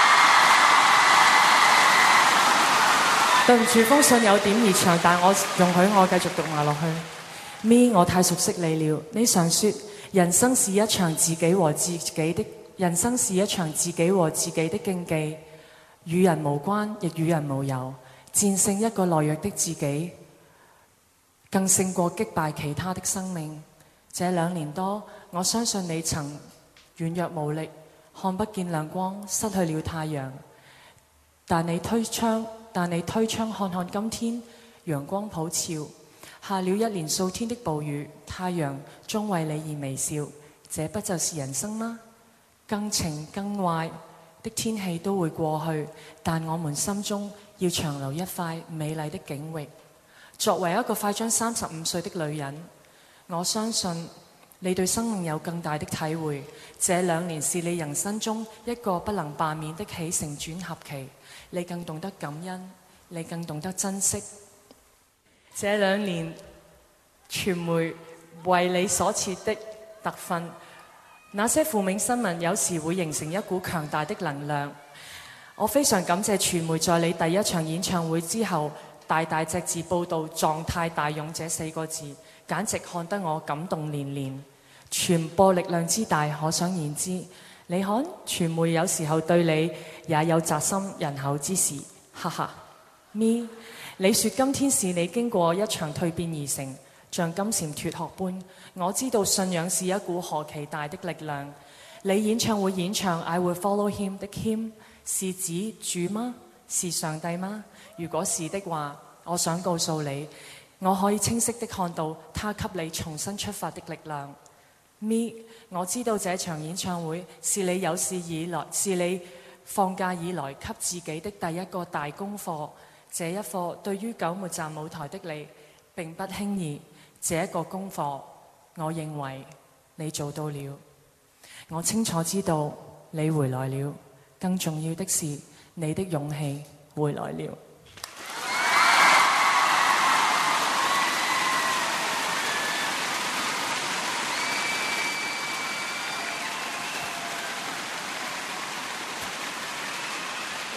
對唔住，封信有點兒長，但我容許我繼續讀埋落去。咪，我太熟悉你了。你常說人生是一場自己和自己的人生是一場自己和自己的競技，與人無關，亦與人無尤。戰勝一個懦弱的自己，更勝過擊敗其他的生命。這兩年多，我相信你曾軟弱無力，看不見亮光，失去了太陽。但你推窗，但你推窗看看今天，陽光普照，下了一連數天的暴雨，太陽終為你而微笑。這不就是人生嗎？更晴更壞的天氣都會過去，但我們心中要長留一塊美麗的景域。作為一個快將三十五歲的女人，我相信你對生命有更大的體會。這兩年是你人生中一個不能罷免的起承轉合期，你更懂得感恩，你更懂得珍惜。這兩年傳媒為你所設的特訓，那些負面新聞有時會形成一股強大的能量。我非常感謝傳媒在你第一場演唱會之後大大隻字報導狀態大勇這四個字，簡直看得我感動連連。傳播力量之大，可想而知。你看，傳媒有時候對你也有責心人口之時，哈哈。咪，你說今天是你經過一場蛻變而成，像金蟬脫殼般。我知道信仰是一股何其大的力量。你演唱會演唱 I will follow him 的 him 是指主嗎？是上帝嗎？如果是的話，我想告訴你，我可以清晰地看到他給你重新出發的力量。咪，我知道這場演唱會是你有史以來，是你放假以來給自己的第一個大功課。這一課對於久沒站舞台的你並不輕易，這一個功課我認為你做到了。我清楚知道你回來了，更重要的是你的勇氣回來了。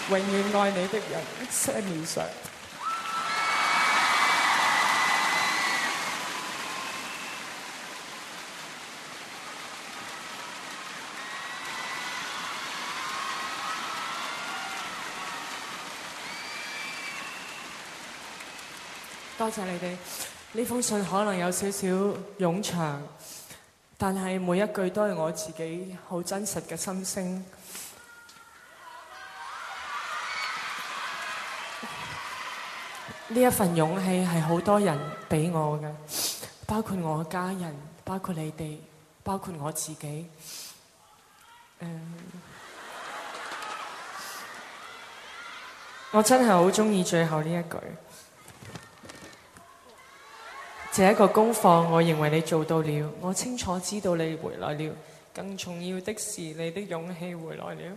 永遠愛你的人 Sammy Sir。多謝你哋，呢封信可能有少少冗長，但係每一句都係我自己好真實嘅心聲。呢一份勇氣係好多人俾我嘅，包括我家人，包括你哋，包括我自己。嗯，我真係好鍾意最後呢一句。這一個功課，我認為你做到了。我清楚知道你回來了，更重要的是你的勇氣回來了。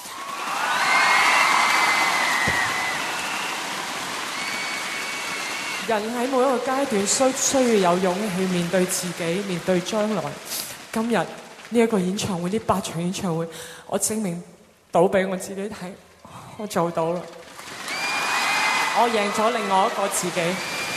人喺每一個階段需需要有勇氣面對自己，面對將來。今日呢一個演唱會，呢八場演唱會，我證明到俾我自己睇，我做到啦。我贏咗另外一個自己。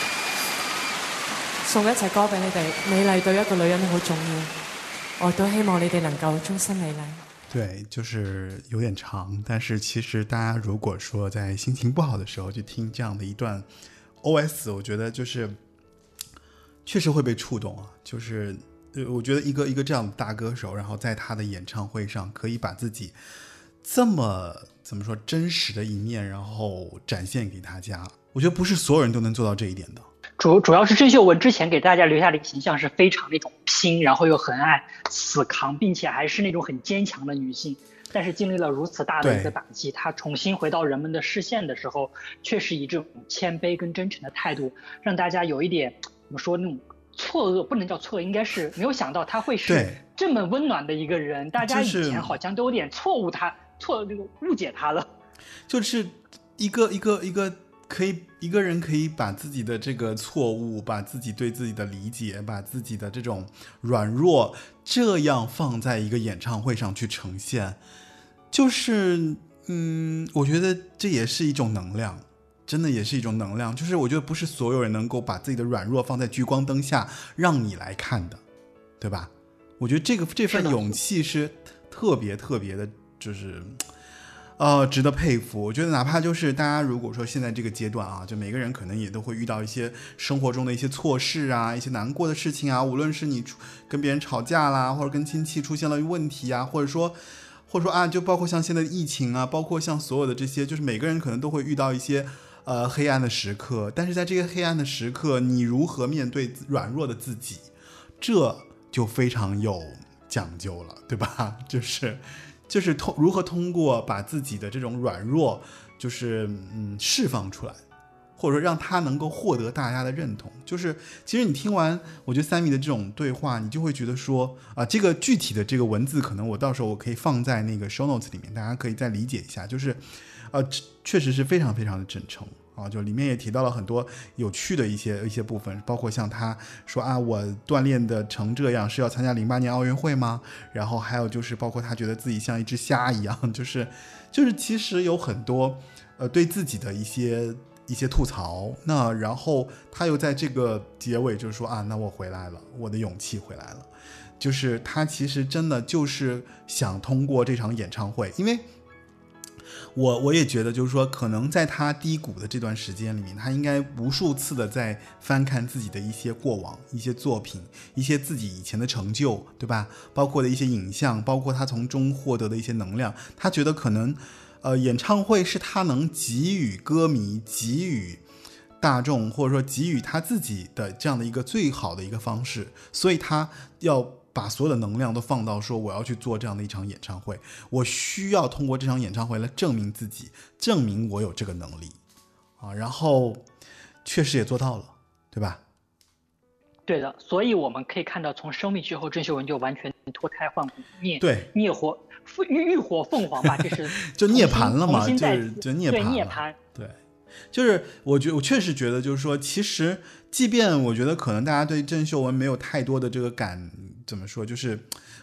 送一隻歌俾你哋，美麗對一個女人好重要，我都希望你哋能夠終身美麗。 对，就是有点长，但是其实大家如果说在心情不好的时候去听这样的一段 O S， 我觉得就是确实会被触动啊。就是我觉得一个一个这样的大歌手，然后在他的演唱会上可以把自己这么怎么说真实的一面，然后展现给大家，我觉得不是所有人都能做到这一点的。 主主要是郑秀文之前给大家留下的一个形象是非常那种拼，然后又很爱死扛，并且还是那种很坚强的女性。但是经历了如此大的一个打击，她重新回到人们的视线的时候，却是以这种谦卑跟真诚的态度，让大家有一点怎么说那种错愕，不能叫错愕，应该是没有想到她会是这么温暖的一个人。大家以前好像都有点错误她，错这个误解她了。 就是一个一个一个。可以一个人可以把自己的这个错误，把自己对自己的理解，把自己的这种软弱这样放在一个演唱会上去呈现，就是嗯，我觉得这也是一种能量，真的也是一种能量。就是我觉得不是所有人能够把自己的软弱放在聚光灯下让你来看的，对吧？我觉得这个这份勇气是特别特别的，就是呃，值得佩服。我觉得哪怕就是大家如果说现在这个阶段啊，就每个人可能也都会遇到一些生活中的一些错事啊，一些难过的事情啊，无论是你跟别人吵架啦，或者跟亲戚出现了问题啊，或者说或者说啊，就包括像现在的疫情啊，包括像所有的这些，就是每个人可能都会遇到一些呃黑暗的时刻。但是在这个黑暗的时刻，你如何面对软弱的自己，这就非常有讲究了，对吧？就是就是通如何通过把自己的这种软弱就是嗯释放出来，或者说让他能够获得大家的认同。就是其实你听完我觉得Sammy的这种对话，你就会觉得说啊，这个具体的这个文字可能我到时候我可以放在那个 show notes 里面，大家可以再理解一下。就是呃确实是非常非常的真诚啊，就里面也提到了很多有趣的一些一些部分，包括像他说啊，我锻炼的成这样是要参加零八年奥运会吗？然后还有就是包括他觉得自己像一只虾一样，就是就是其实有很多呃对自己的一些一些吐槽。那然后他又在这个结尾就是说啊，那我回来了，我的勇气回来了。就是他其实真的就是想通过这场演唱会，因为我我也觉得就是说可能在他低谷的这段时间里面，他应该无数次的在翻看自己的一些过往，一些作品，一些自己以前的成就，对吧？包括的一些影像，包括他从中获得的一些能量，他觉得可能呃演唱会是他能给予歌迷，给予大众，或者说给予他自己的这样的一个最好的一个方式，所以他要把所有的能量都放到说我要去做这样的一场演唱会，我需要通过这场演唱会来证明自己，证明我有这个能力啊，然后确实也做到了，对吧？ 对的，所以我们可以看到，从生命之后，郑秀文就完全脱胎换骨，灭对灭火浴浴火凤凰吧，这是就涅槃了嘛， 就是就涅槃了， 对涅槃， 对。就是我觉我确实觉得就是说，其实即便我觉得可能大家对郑秀文没有太多的这个感怎么说，就是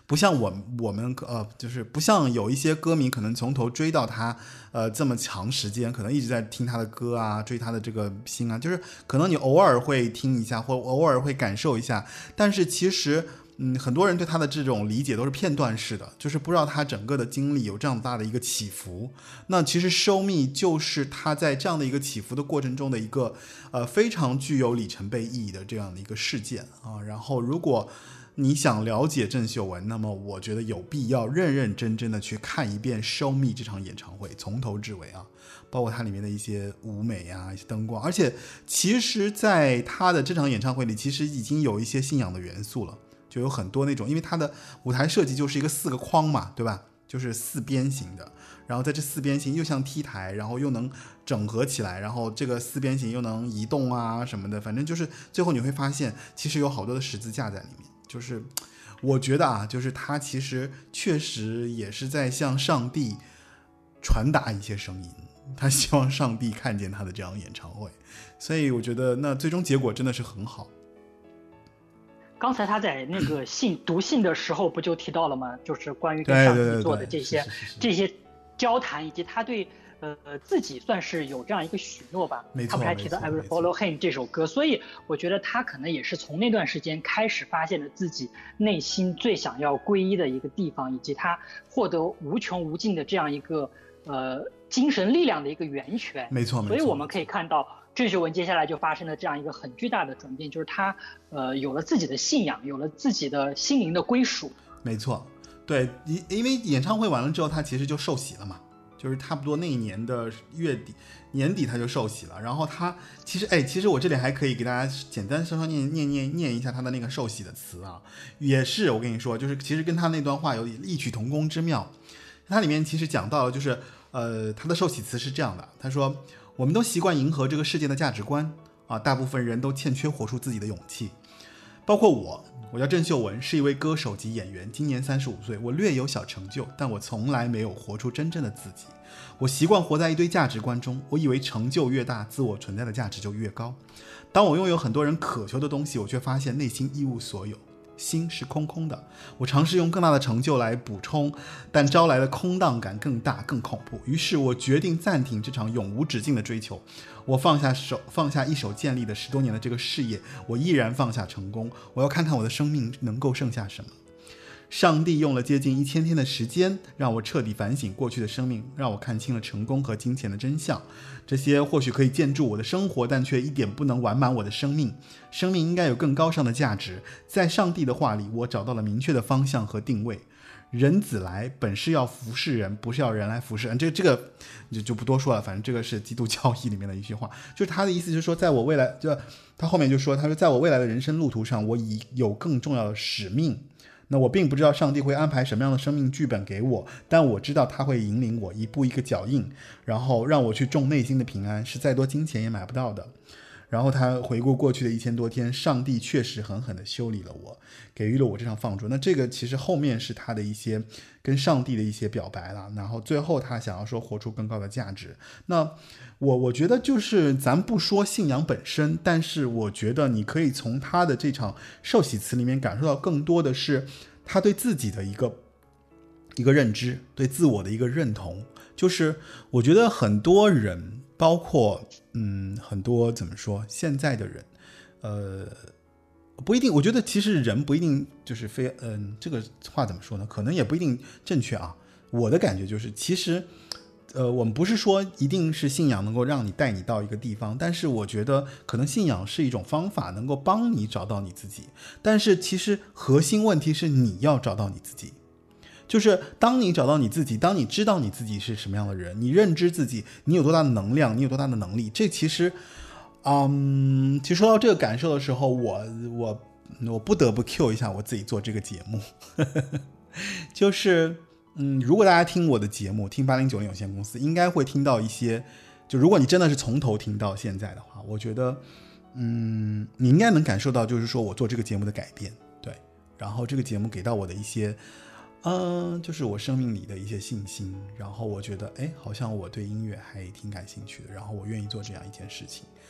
不像我我们呃，就是不像有一些歌迷可能从头追到他呃这么长时间，可能一直在听他的歌啊，追他的这个星啊，就是可能你偶尔会听一下，或偶尔会感受一下，但是其实。嗯，很多人对他的这种理解都是片段式的，就是不知道他整个的经历有这样大的一个起伏。那其实 Show Me 就是他在这样的一个起伏的过程中的一个呃非常具有里程碑意义的这样的一个事件啊。然后如果你想了解郑秀文，那么我觉得有必要认认真真的去看一遍 Show Me 这场演唱会，从头至尾啊，包括它里面的一些舞美啊，一些灯光，而且其实在他的这场演唱会里，其实已经有一些信仰的元素了。就有很多那种，因为它的舞台设计就是一个四个框嘛，对吧？就是四边形的，然后在这四边形又像 T 台，然后又能整合起来，然后这个四边形又能移动啊什么的，反正就是最后你会发现，其实有好多的十字架在里面。就是我觉得啊，就是它其实确实也是在向上帝传达一些声音，他希望上帝看见他的这样演唱会，所以我觉得那最终结果真的是很好。 刚才他在那个信读信的时候不就提到了吗？就是关于跟上帝做的这些这些交谈，以及他对呃自己算是有这样一个许诺吧。他不是还提到 I Will Follow Him 这首歌，所以我觉得他可能也是从那段时间开始发现了自己内心最想要皈依的一个地方，以及他获得无穷无尽的这样一个呃精神力量的一个源泉。 没错，没错。 所以我们可以看到。郑秀文接下来就发生了这样一个很巨大的转变，就是她呃有了自己的信仰，有了自己的心灵的归属。 没错，对，因为演唱会完了之后，她其实就受洗了嘛，就是差不多那一年的月底年底她就受洗了。然后她其实哎，其实我这里还可以给大家简单稍稍念念念念一下她的那个受洗的词啊，也是我跟你说，就是其实跟她那段话有异曲同工之妙。它里面其实讲到了，就是呃她的受洗词是这样的，她说。我们都习惯迎合这个世界的价值观啊，大部分人都欠缺活出自己的勇气，包括我。我叫郑秀文，是一位歌手及演员，今年三十五岁。我略有小成就，但我从来没有活出真正的自己。我习惯活在一堆价值观中，我以为成就越大，自我存在的价值就越高。当我拥有很多人渴求的东西，我却发现内心一无所有。心是空空的，我尝试用更大的成就来补充，但招来的空荡感更大更恐怖。于是我决定暂停这场永无止境的追求。我放下手，放下一手建立的十多年的这个事业，我毅然放下成功。我要看看我的生命能够剩下什么。上帝用了接近一千天的时间，让我彻底反省过去的生命，让我看清了成功和金钱的真相。这些或许可以建筑我的生活，但却一点不能完满我的生命。生命应该有更高尚的价值。在上帝的话里，我找到了明确的方向和定位。人子来本是要服侍人，不是要人来服侍人。这这个就就不多说了，反正这个是基督教义里面的一句话，就是他的意思就是说，在我未来，就他后面就说，他说在我未来的人生路途上，我已有更重要的使命。那我并不知道上帝会安排什么样的生命剧本给我，但我知道他会引领我一步一个脚印，然后让我去种内心的平安，是再多金钱也买不到的。然后他回顾过去的一千多天，上帝确实狠狠地修理了我，给予了我这场放逐。那这个其实后面是他的一些跟上帝的一些表白了，然后最后他想要说活出更高的价值。那我我觉得就是咱不说信仰本身，但是我觉得你可以从他的这场受洗词里面感受到更多的是他对自己的一个一个认知，对自我的一个认同。就是我觉得很多人包括嗯很多怎么说现在的人呃不一定，我觉得其实人不一定就是非嗯这个话怎么说呢，可能也不一定正确啊。我的感觉就是其实呃我们不是说一定是信仰能够让你带你到一个地方，但是我觉得可能信仰是一种方法，能够帮你找到你自己，但是其实核心问题是你要找到你自己。就是当你找到你自己，当你知道你自己是什么样的人，你认知自己，你有多大的能量，你有多大的能力，这其实嗯，其实说到这个感受的时候，我我我不得不 cue 一下我自己做这个节目就是嗯，如果大家听我的节目，听八零九零有限公司，应该会听到一些，就如果你真的是从头听到现在的话，我觉得嗯，你应该能感受到就是说我做这个节目的改变，对，然后这个节目给到我的一些嗯，就是我生命里的一些信心，然后我觉得哎，好像我对音乐还挺感兴趣的，然后我愿意做这样一件事情。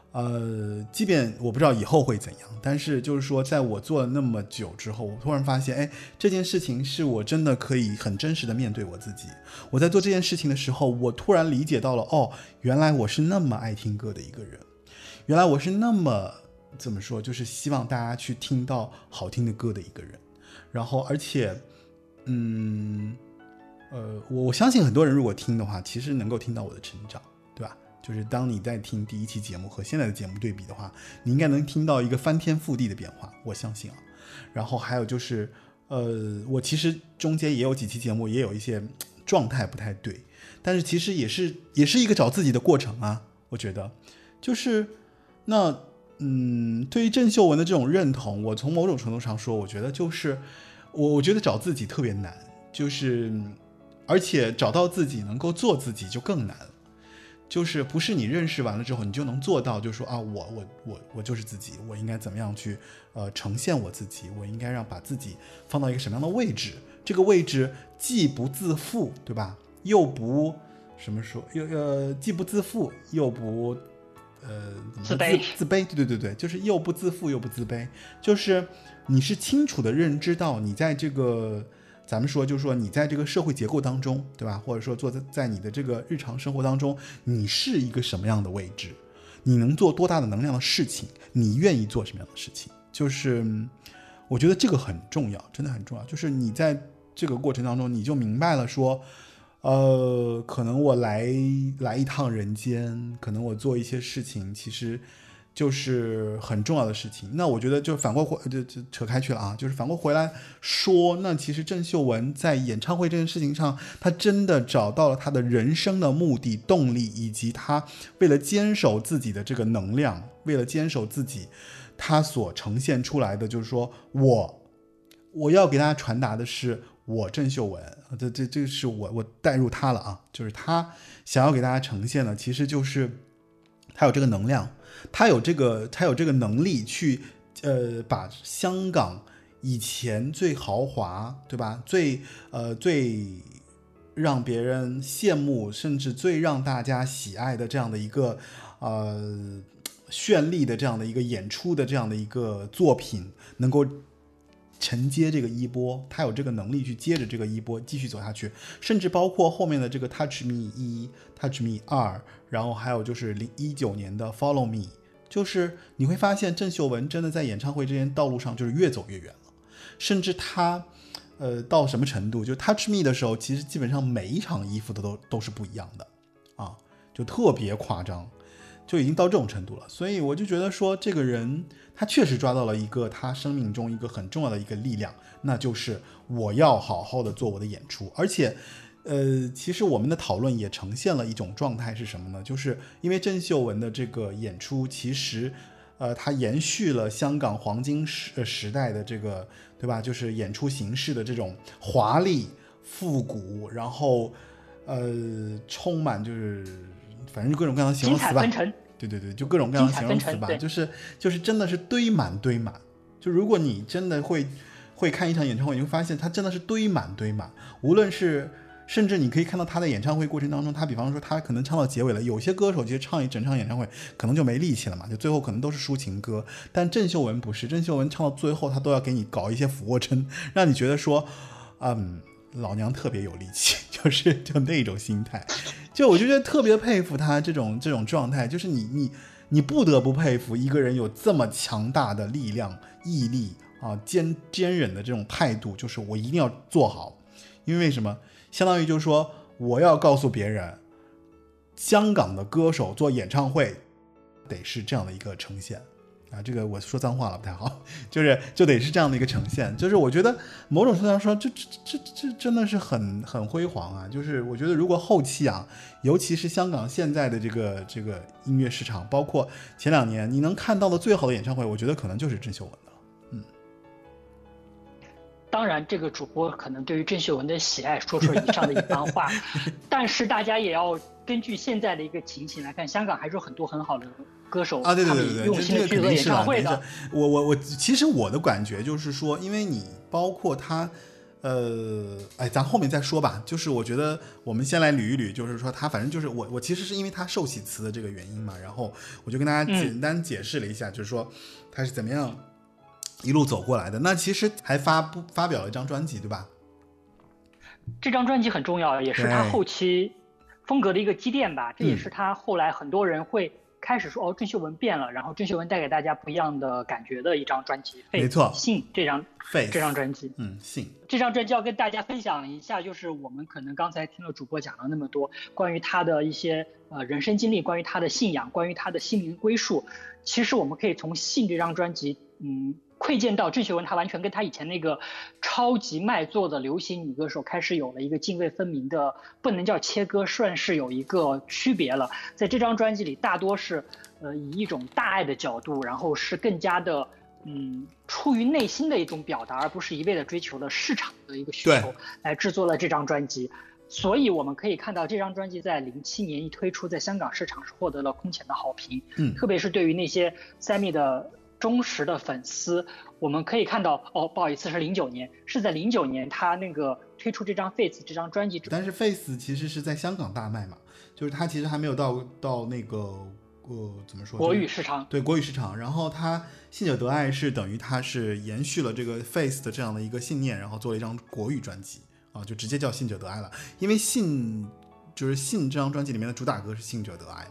呃，即便我不知道以后会怎样，但是就是说，在我做了那么久之后，我突然发现，哎，这件事情是我真的可以很真实的面对我自己。我在做这件事情的时候，我突然理解到了，哦，原来我是那么爱听歌的一个人，原来我是那么怎么说，就是希望大家去听到好听的歌的一个人。然后，而且，嗯，呃，我我相信很多人如果听的话，其实能够听到我的成长，对吧？就是当你在听第一期节目和现在的节目对比的话，你应该能听到一个翻天覆地的变化，我相信啊。然后还有就是，呃，我其实中间也有几期节目也有一些状态不太对，但是其实也是也是一个找自己的过程啊。我觉得，就是那嗯，对于郑秀文的这种认同，我从某种程度上说，我觉得就是我我觉得找自己特别难，就是而且找到自己能够做自己就更难了。就是不是你认识完了之后你就能做到，就是说啊，我我我我就是自己，我应该怎么样去呃呈现我自己，我应该让把自己放到一个什么样的位置，这个位置既不自负，对吧？又不什么说又呃既不自负又不呃自卑自自卑，对对对对，就是又不自负又不自卑，就是你是清楚的认知到你在这个。咱们说就是说你在这个社会结构当中，对吧？或者说做在在你的这个日常生活当中，你是一个什么样的位置，你能做多大的能量的事情，你愿意做什么样的事情，就是我觉得这个很重要，真的很重要。就是你在这个过程当中你就明白了说呃，可能我来来一趟人间，可能我做一些事情其实就是很重要的事情。那我觉得就反过就就扯开去了啊，就是反过回来说，那其实郑秀文在演唱会这件事情上，她真的找到了她的人生的目的、动力，以及她为了坚守自己的这个能量，为了坚守自己，她所呈现出来的就是说，我我要给大家传达的是我郑秀文，这这这是我我带入她了啊，就是她想要给大家呈现的，其实就是她有这个能量。他有这个，他有这个能力去，呃，把香港以前最豪华，对吧？最呃最让别人羡慕，甚至最让大家喜爱的这样的一个呃绚丽的这样的一个演出的这样的一个作品，能够承接这个衣钵，他有这个能力去接着这个衣钵继续走下去，甚至包括后面的这个 Touch Me 一 Touch Me 二，然后还有就是零一九年的 Follow Me， 就是你会发现郑秀文真的在演唱会这件道路上就是越走越远了，甚至他呃到什么程度，就 Touch Me 的时候，其实基本上每一场衣服的都都是不一样的啊，就特别夸张，就已经到这种程度了。所以我就觉得说，这个人他确实抓到了一个他生命中一个很重要的一个力量，那就是我要好好的做我的演出。而且呃，其实我们的讨论也呈现了一种状态是什么呢？就是因为郑秀文的这个演出，其实呃，它延续了香港黄金时时代的这个，对吧？就是演出形式的这种华丽复古，然后呃，充满就是反正就各种各样的形容词吧。 精彩纷呈。 对对对，就各种各样的形容词吧，就是就是真的是堆满堆满。就如果你真的会会看一场演唱会，你会发现它真的是堆满堆满。无论是甚至你可以看到他的演唱会过程当中，他比方说他可能唱到结尾了，有些歌手其实唱一整场演唱会可能就没力气了嘛，就最后可能都是抒情歌。但郑秀文不是，郑秀文唱到最后，他都要给你搞一些俯卧撑，让你觉得说，嗯，老娘特别有力气，就是就那种心态。就我就觉得特别佩服他这种这种状态，就是你你你不得不佩服一个人有这么强大的力量、毅力啊、坚坚忍的这种态度，就是我一定要做好，因为什么？相当于就是说，我要告诉别人，香港的歌手做演唱会得是这样的一个呈现。啊，这个我说脏话了不太好，就是就得是这样的一个呈现，就是我觉得某种程度上说，这这这这真的是很很辉煌啊！就是我觉得如果后期啊，尤其是香港现在的这个这个音乐市场，包括前两年你能看到的最好的演唱会，我觉得可能就是郑秀文的了。嗯， 当然，这个主播可能对于郑秀文的喜爱说出了以上的一番话，但是大家也要根据现在的一个情形来看，香港还是有很多很好的歌手啊，对对对对， 用心的去做演唱会的。 我我我，其实我的感觉就是说，因为你包括他， 呃，哎，咱后面再说吧。就是我觉得我们先来捋一捋，就是说他反正就是我我其实是因为他受洗词的这个原因嘛，然后我就跟大家简单解释了一下，嗯、就是说他是怎么样一路走过来的。那其实还发布发表了一张专辑，对吧？ 这张专辑很重要，也是他后期风格的一个积淀吧。这也是他后来很多人会开始说，哦，郑秀文变了，然后郑秀文带给大家不一样的感觉的一张专辑。 没错， 信这张这张专辑， 嗯，信这张专辑要跟大家分享一下，就是我们可能刚才听了主播讲了那么多关于他的一些呃人生经历，关于他的信仰，关于他的心灵归属。其实我们可以从信这张专辑，嗯。窥见到郑秀文她完全跟她以前那个超级卖座的流行女歌手开始有了一个泾渭分明的，不能叫切割，算是有一个区别了。在这张专辑里大多是呃以一种大爱的角度，然后是更加的嗯出于内心的一种表达，而不是一味的追求了市场的一个需求来制作了这张专辑。所以我们可以看到这张专辑在零七年一推出，在香港市场是获得了空前的好评，嗯，特别是对于那些 Sammy 的忠实的粉丝，我们可以看到，哦，不好意思，是零九年，是在零九年他那个推出这张 Face 这张专辑， 但是 Face 其实是在香港大卖嘛，就是他其实还没有到到那个呃怎么说国语市场， 对国语市场，然后他信者得爱是等于他是延续了这个 Face 的这样的一个信念，然后做了一张国语专辑啊，就直接叫信者得爱了，因为信就是信这张专辑里面的主打歌是信者得爱嘛。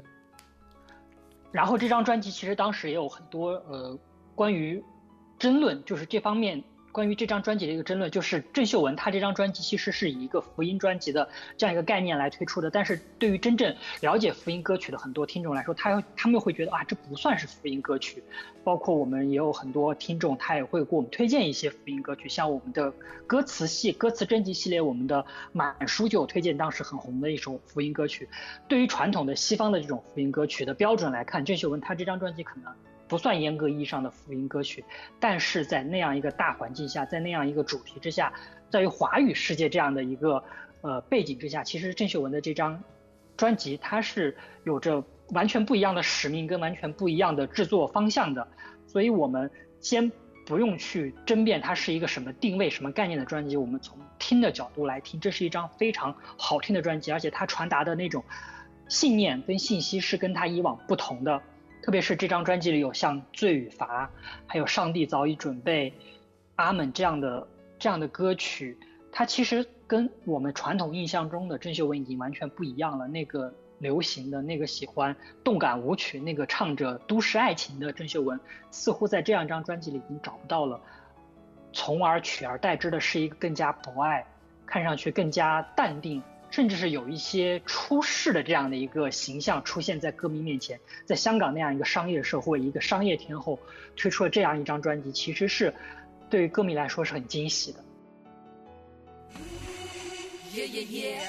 然后这张专辑其实当时也有很多呃关于争论，就是这方面关于这张专辑的一个争论，就是郑秀文她这张专辑其实是以一个福音专辑的这样一个概念来推出的，但是对于真正了解福音歌曲的很多听众来说，他他们会觉得啊，这不算是福音歌曲。包括我们也有很多听众，他也会给我们推荐一些福音歌曲，像我们的歌词系歌词征集系列，我们的满书就有推荐当时很红的一首福音歌曲。对于传统的西方的这种福音歌曲的标准来看，郑秀文她这张专辑可能不算严格意义上的福音歌曲，但是在那样一个大环境下，在那样一个主题之下，在于华语世界这样的一个呃背景之下，其实郑秀文的这张专辑它是有着完全不一样的使命跟完全不一样的制作方向的。所以我们先不用去争辩它是一个什么定位什么概念的专辑，我们从听的角度来听，这是一张非常好听的专辑，而且它传达的那种信念跟信息是跟它以往不同的。特别是这张专辑里有像罪与罚，还有上帝早已准备，阿门这样的这样的歌曲，它其实跟我们传统印象中的郑秀文已经完全不一样了。那个流行的那个喜欢动感舞曲，那个唱着都市爱情的郑秀文，似乎在这样一张专辑里已经找不到了。从而取而代之的是一个更加博爱，看上去更加淡定，甚至是有一些出世的这样的一个形象出现在歌迷面前。在香港那样一个商业社会，一个商业天后推出了这样一张专辑，其实是对于歌迷来说是很惊喜的。Yeah, yeah, yeah.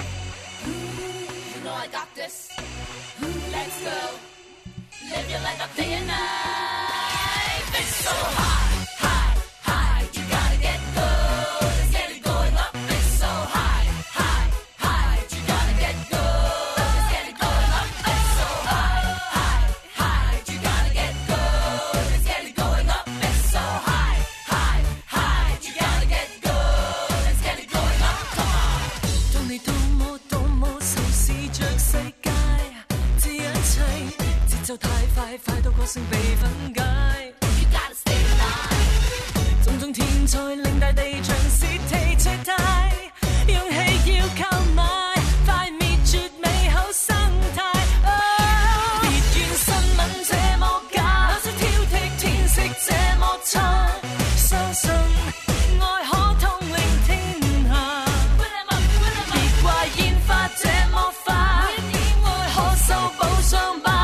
You know I got this. Let's go. Live your life up day and night. It's so high, high, high. You gotta get good. Let's get it going up. It's so high, high, high. You gotta get good. Let's get it going up. It's so high, high, high. You gotta get good. Let's get it going up. It's so high, high, high. You gotta get good. Let's get it going up. Come on. 當你多麼多麼受試着世界，這一切節奏太快，快到個性被分解。You gotta stay alive。種種天才令大地像是地切帶，勇氣要購買，快滅絕美好生態。別怨新聞這麼假，那些挑剔天色這麼差，相信愛可統領天下。別怪煙花這麼花，可修補傷疤。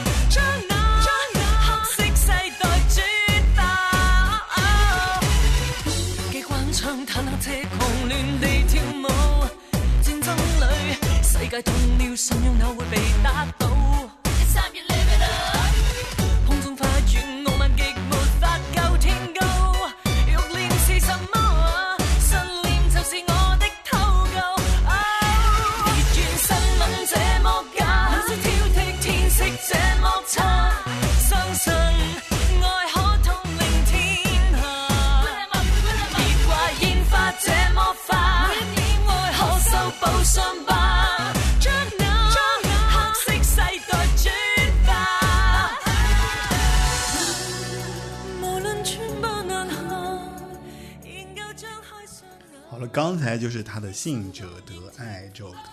世界動了，信仰哪會被打倒？ It's time you live it up。 空中花園傲慢極沒法夠天高，欲念是什麼？信念就是我的禱告。別怨新聞這麼假，那些挑剔天色這麼差，相信愛可統領天下。別怪煙花這麼刚才就是他的《信者得爱》这首歌，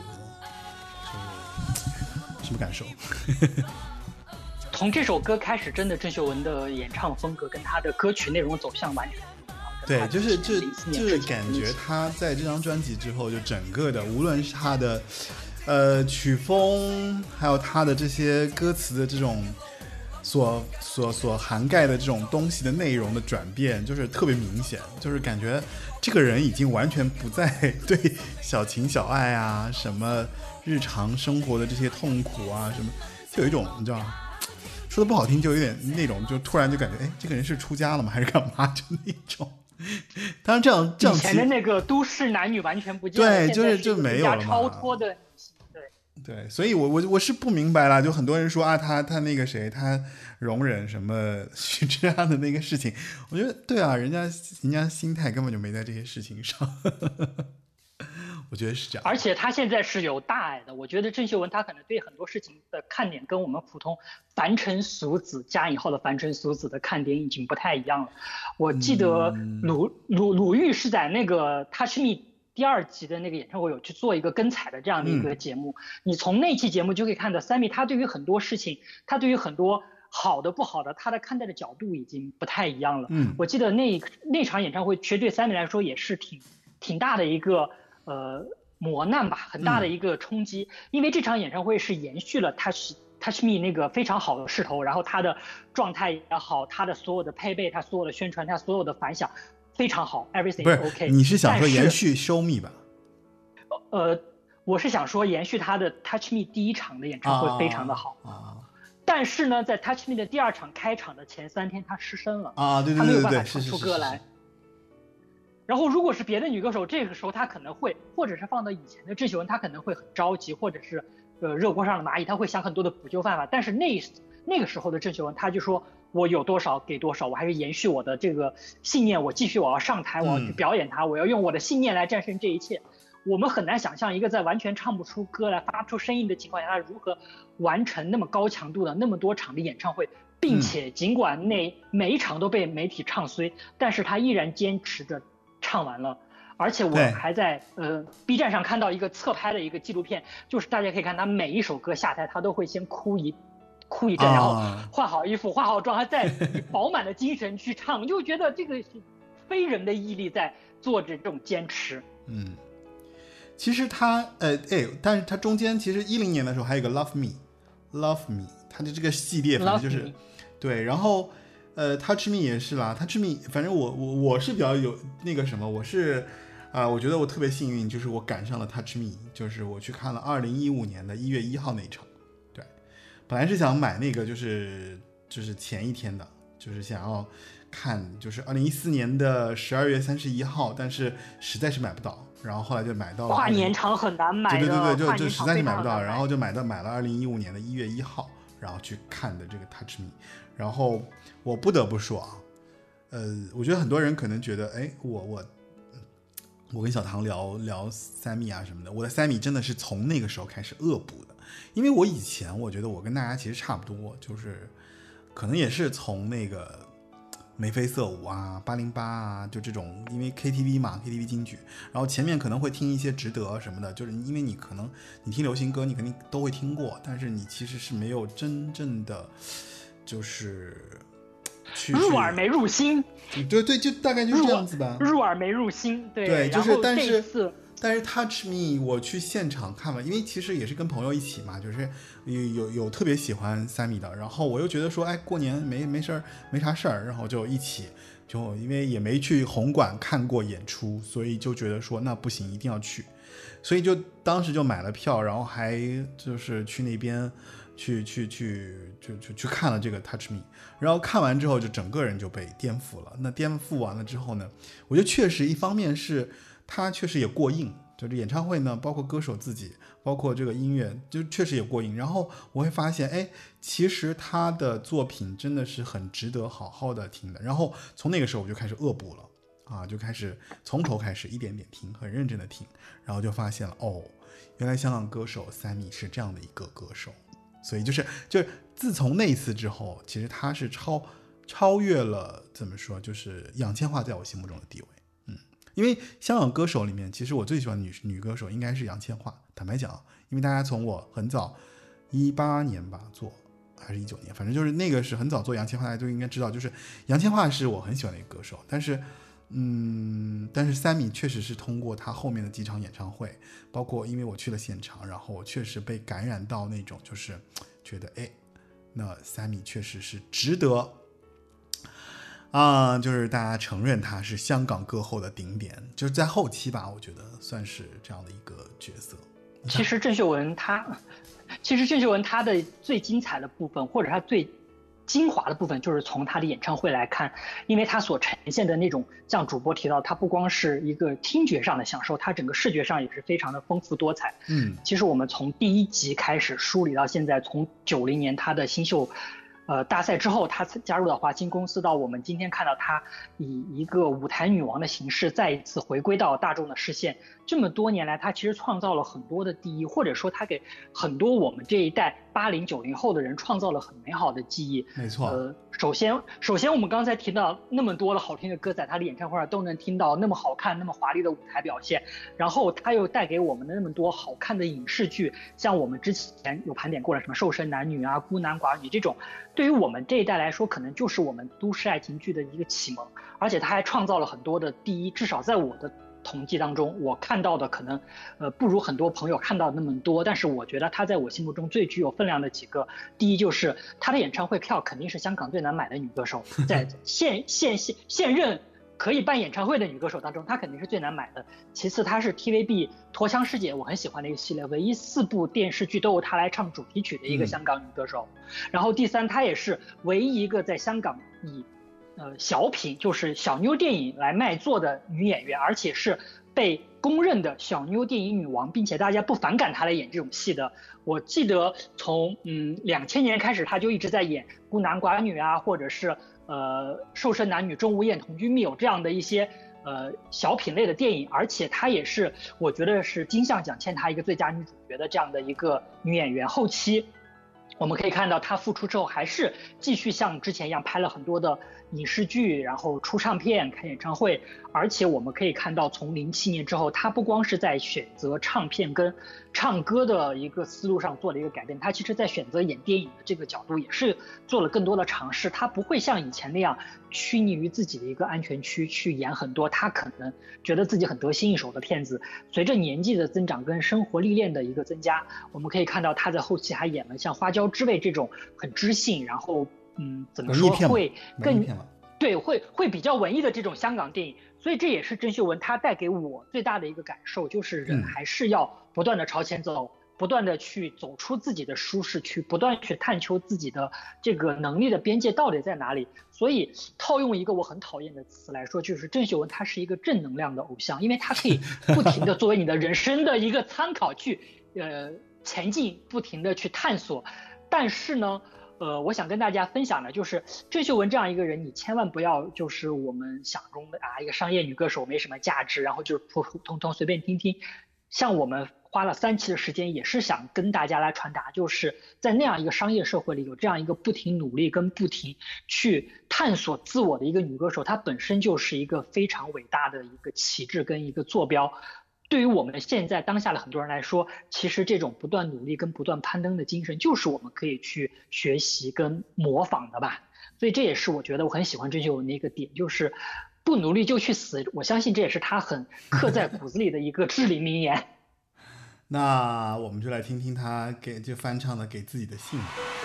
就什么感受？ 从这首歌开始，真的郑秀文的演唱风格跟她的歌曲内容走向完全不一样。 对，就是这就是感觉他在这张专辑之后，就整个的，无论是他的呃曲风，还有他的这些歌词的这种所所所涵盖的这种东西的内容的转变，就是特别明显，就是感觉这个人已经完全不再对小情小爱啊，什么日常生活的这些痛苦啊，什么，就有一种你知道吗？说的不好听，就有点那种，就突然就感觉，哎，这个人是出家了吗？还是干嘛？就那种。当然这样，这样以前的那个都市男女完全不见， 对，就是就没有了嘛。 超脱的，对对，所以我我我是不明白啦。就很多人说啊，他他那个谁，他容忍什么许志安的那个事情，我觉得对啊，人家人家心态根本就没在这些事情上。我觉得是这样， 而且他现在是有大爱的。我觉得郑秀文她可能对很多事情的看点跟我们普通凡尘俗子加引号的凡尘俗子的看点已经不太一样了。我记得鲁鲁鲁豫是在那个 Touch Me 第二集的那个演唱会有去做一个跟彩的这样的一个节目，嗯、你从那期节目就可以看到Sammy他对于很多事情，他对于很多好的不好的，他的看待的角度已经不太一样了。嗯，我记得那那场演唱会其实对Sammy来说也是挺挺大的一个。呃，磨难吧，很大的一个冲击、嗯，因为这场演唱会是延续了 Touch Touch Me 那个非常好的势头，然后他的状态也好，他的所有的配备，他所有的宣传，他所有的反响非常好 ，everything 不是 OK。 你是想说延续 Show Me 吧？ 呃，我是想说延续他的 Touch Me 第一场的演唱会非常的好。啊啊但是呢，在 Touch Me 的第二场开场的前三天，他失声了啊，对对对对对， 他没有办法唱出歌来。然后，如果是别的女歌手，这个时候她可能会，或者是放到以前的郑秀文，她可能会很着急，或者是呃热锅上的蚂蚁，她会想很多的补救办法。但是那那个时候的郑秀文，她就说我有多少给多少，我还是延续我的这个信念，我继续我要上台，我要去表演它，我要用我的信念来战胜这一切。我们很难想象一个在完全唱不出歌来、发不出声音的情况下，她如何完成那么高强度的那么多场的演唱会，并且尽管那每一场都被媒体唱衰，但是她依然坚持着。唱完了，而且我还在呃 B 站上看到一个侧拍的一个纪录片，就是大家可以看他每一首歌下台，他都会先哭一哭一阵，然后换好衣服、化好妆，还在以饱满的精神去唱，就觉得这个是非人的毅力在做着这种坚持。 嗯，其实他呃哎，但是他中间其实一零年的时候还有一个 Love Me，Love Me， 他的这个系列反正就是对，然后。呃 ，Touch Me 也是啦 ，Touch Me， 反正我我我是比较有那个什么，我是啊、呃，我觉得我特别幸运，就是我赶上了 Touch Me， 就是我去看了二零一五年的一月一号那一场，对，本来是想买那个就是就是前一天的，就是想要看就是二零一四年的十二月三十一号，但是实在是买不到，然后后来就买到了跨年场很难买的， 对对对，就就实在是买不到，然后就买到买了二零一五年的一月一号，然后去看的这个 Touch Me， 然后。我不得不说啊，呃，我觉得很多人可能觉得，哎，我我我跟小唐聊聊三米啊什么的，我的三米真的是从那个时候开始恶补的，因为我以前我觉得我跟大家其实差不多，就是可能也是从那个眉飞色舞啊、八零八啊，就这种，因为 K T V 嘛 ，K T V 金曲，然后前面可能会听一些值得什么的，就是因为你可能你听流行歌，你肯定都会听过，但是你其实是没有真正的就是。 入耳没入心， 对对，就大概就是这样子吧。 入耳没入心，对。 对，就是但是但是 Touch Me 我去现场看完，因为其实也是跟朋友一起嘛，就是有有有特别喜欢三米的，然后我又觉得说，哎，过年没没事儿，没啥事儿，然后就一起，就因为也没去红馆看过演出，所以就觉得说那不行，一定要去，所以就当时就买了票，然后还就是去那边。去去去就就去看了这个 Touch Me， 然后看完之后就整个人就被颠覆了。那颠覆完了之后呢，我觉得确实一方面是他确实也过硬，就是演唱会呢，包括歌手自己，包括这个音乐，就确实也过硬。然后我会发现，哎，其实他的作品真的是很值得好好的听的。然后从那个时候我就开始恶补了啊，就开始从头开始一点点听，很认真的听，然后就发现了哦，原来香港歌手Sammy是这样的一个歌手。所以就是就是自从那一次之后，其实他是超超越了怎么说，就是杨千嬅在我心目中的地位。嗯， 因为香港歌手里面，其实我最喜欢的女女歌手应该是杨千嬅。坦白讲，因为大家从我很早一八年吧做，还是一九年，反正就是那个是很早做杨千嬅，大家都应该知道，就是杨千嬅是我很喜欢的一个歌手。但是，嗯，但是 Sammy 确实是通过他后面的几场演唱会，包括因为我去了现场，然后我确实被感染到那种就是觉得，哎，那 Sammy 确实是值得。啊、呃，就是大家承认他是香港歌后的顶点，就是在后期吧，我觉得算是这样的一个角色。 其实郑秀文她，其实郑秀文她的最精彩的部分，或者她最精华的部分，就是从她的演唱会来看，因为她所呈现的那种，像主播提到，她不光是一个听觉上的享受，她整个视觉上也是非常的丰富多彩。 嗯， 其实我们从第一集开始梳理到现在，从九零年她的新秀。呃，大赛之后，她加入到华星公司，到我们今天看到她以一个舞台女王的形式再一次回归到大众的视线。这么多年来，她其实创造了很多的第一，或者说她给很多我们这一代八零九零后的人创造了很美好的记忆。 没错。 呃，首先，首先我们刚才提到那么多的好听的歌，在她的演唱会上都能听到那么好看、那么华丽的舞台表现。然后她又带给我们的那么多好看的影视剧，像我们之前有盘点过的什么《瘦身男女》啊、《孤男寡女》这种。对于我们这一代来说，可能就是我们都市爱情剧的一个启蒙，而且他还创造了很多的第一，至少在我的统计当中，我看到的可能，呃，不如很多朋友看到的那么多，但是我觉得他在我心目中最具有分量的几个，第一就是他的演唱会票肯定是香港最难买的女歌手，在现现现现任可以办演唱会的女歌手当中，她肯定是最难买的。其次，她是 T V B 陀枪师姐我很喜欢的一个系列，唯一四部电视剧都由她来唱主题曲的一个香港女歌手。嗯、然后第三，她也是唯一一个在香港以呃小品就是小妞电影来卖座的女演员，而且是被公认的小妞电影女王，并且大家不反感她来演这种戏的。我记得从嗯两千年开始，她就一直在演孤男寡女啊，或者是呃瘦身男女钟无艳同居密友这样的一些呃小品类的电影，而且她也是我觉得是金像奖欠她一个最佳女主角的这样的一个女演员。后期我们可以看到她复出之后还是继续像之前一样拍了很多的影视剧，然后出唱片开演唱会，而且我们可以看到从零七年之后，她不光是在选择唱片跟唱歌的一个思路上做了一个改变，她其实在选择演电影的这个角度也是做了更多的尝试。她不会像以前那样拘泥于自己的一个安全区去演很多她可能觉得自己很得心应手的片子。随着年纪的增长跟生活历练的一个增加，我们可以看到她在后期还演了像花椒之味这种很知性，然后嗯怎么说会更对会会比较文艺的这种香港电影。所以这也是郑秀文她带给我最大的一个感受，就是人还是要不断的朝前走，不断的去走出自己的舒适区，不断去探求自己的这个能力的边界到底在哪里。所以套用一个我很讨厌的词来说，就是郑秀文她是一个正能量的偶像，因为她可以不停的作为你的人生的一个参考去呃前进，不停的去探索。但是呢呃，我想跟大家分享的就是郑秀文这样一个人，你千万不要就是我们想中的啊，一个商业女歌手没什么价值，然后就是普普通通随便听听。像我们花了三期的时间，也是想跟大家来传达，就是在那样一个商业社会里，有这样一个不停努力跟不停去探索自我的一个女歌手，她本身就是一个非常伟大的一个旗帜跟一个坐标。对于我们现在当下的很多人来说，其实这种不断努力跟不断攀登的精神，就是我们可以去学习跟模仿的吧。所以这也是我觉得我很喜欢郑秀文的一个点，就是不努力就去死。我相信这也是他很刻在骨子里的一个至理名言。 那我们就来听听他给就翻唱的《给自己的信》。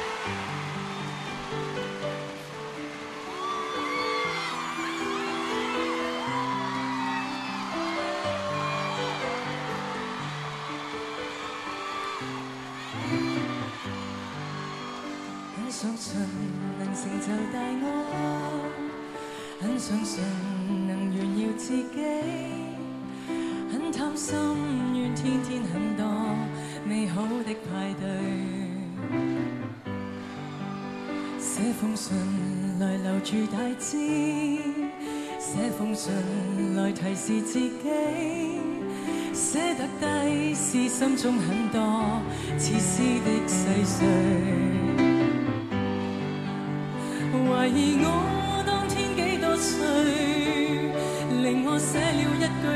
相信能成就大我，很相信能炫耀自己，很貪心願天天很多美好的派對，寫封信來留住大志，寫封信來提示自己，寫得低是心中很多自私的細碎，懷疑我當天幾多歲，令我寫了一句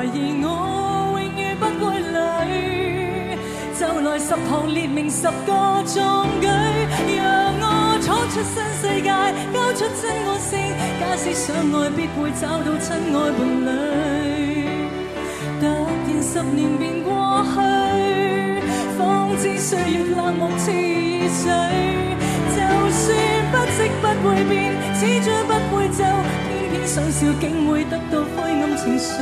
疑我永遠不會累，就來十行列明十個壯舉，讓我闖出新世界，交出真我性。假使相愛，必會找到親愛伴侶。突然十年便過去，方知歲月冷漠似水。就算不識不會變，始終不會走，偏偏想笑竟會得到灰暗情緒。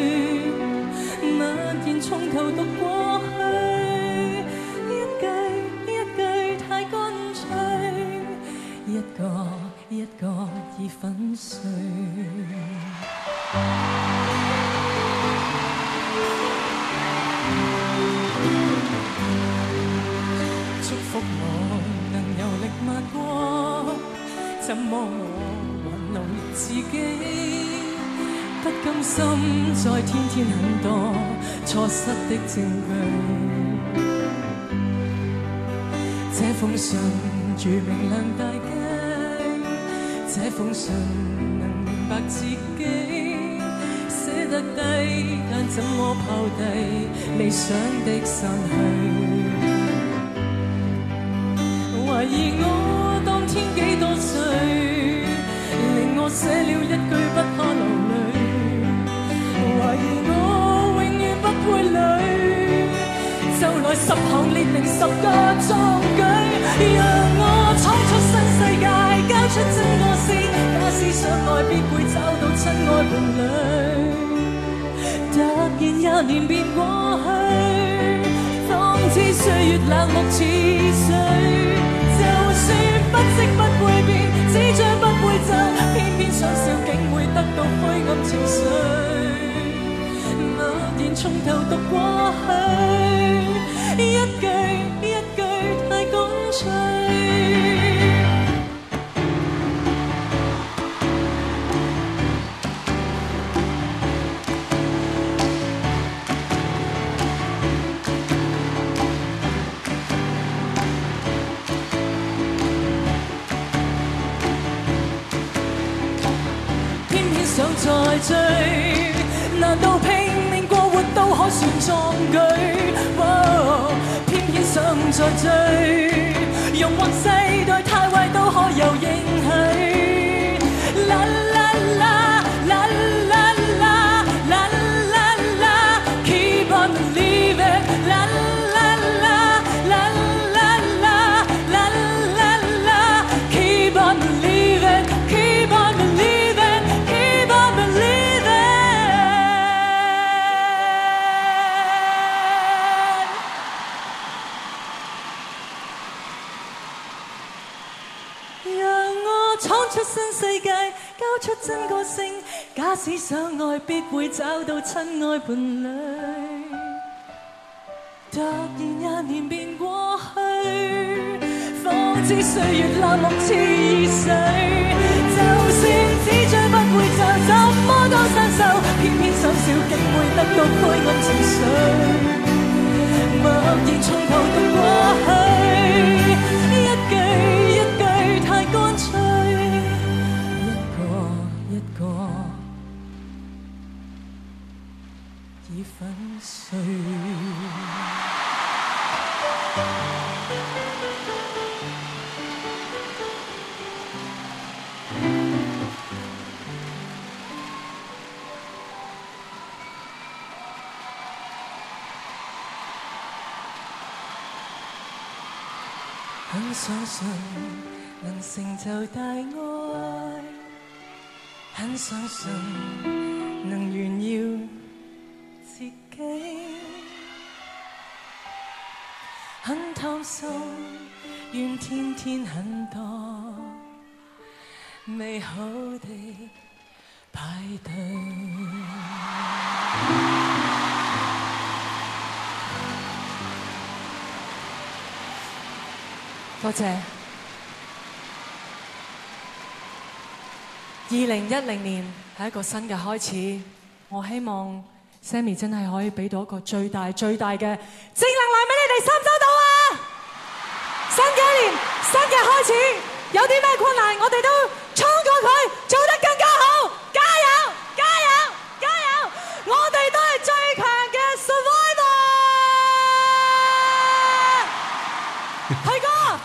默然從頭讀過去，一句一句太乾脆，一個一個已粉碎。祝福我能有力漫過，怎麼我還留意自己？不甘心再天天很多錯失的證據。這封信如明亮大計，這封信能明白自己，寫得低，但怎麼拋低理想的散去？懷疑我當天幾多歲，令我寫了一句不可流淚。懷疑我永遠不會累，就來十行列明十個壯舉，讓我闖出新世界，交出真個性。假使相愛，必會找到親愛伴侶。突然廿年便過去，方知歲月冷漠似水。就算不識不會變，只將不會走，偏偏想笑竟會得到灰暗情緒。默然從頭讀過去，一句一句太乾脆。想再追，難道拼命過活都可算壯舉？哦，偏偏想再追，用運世代太壞都可有應許。啦啦啦啦啦啦啦啦啦 ，keep on believing。啦啦啦啦啦啦啦啦啦 ，keep on believing，keep on believing。出新世界，交出真個性。假使相愛，必會找到親愛伴侶。突然廿年便過去，方知歲月冷漠似水。就算紙張不會就怎麼都生鏽，偏偏想笑竟會得到灰暗情緒。默然從頭讀過去，一句一句太乾脆。已粉碎。很相信能成就大愛，很相信能炫耀自己，很貪心，願天天很多美好的派對。多謝。二零一零年係一個新嘅開始，我希望 Sammy 真係可以俾到一個最大最大嘅正能量俾你哋，收唔收到啊？新嘅一年，新嘅開始，有啲咩困難，我哋都衝過佢，做得更加好，加油！加油！加油！我哋都係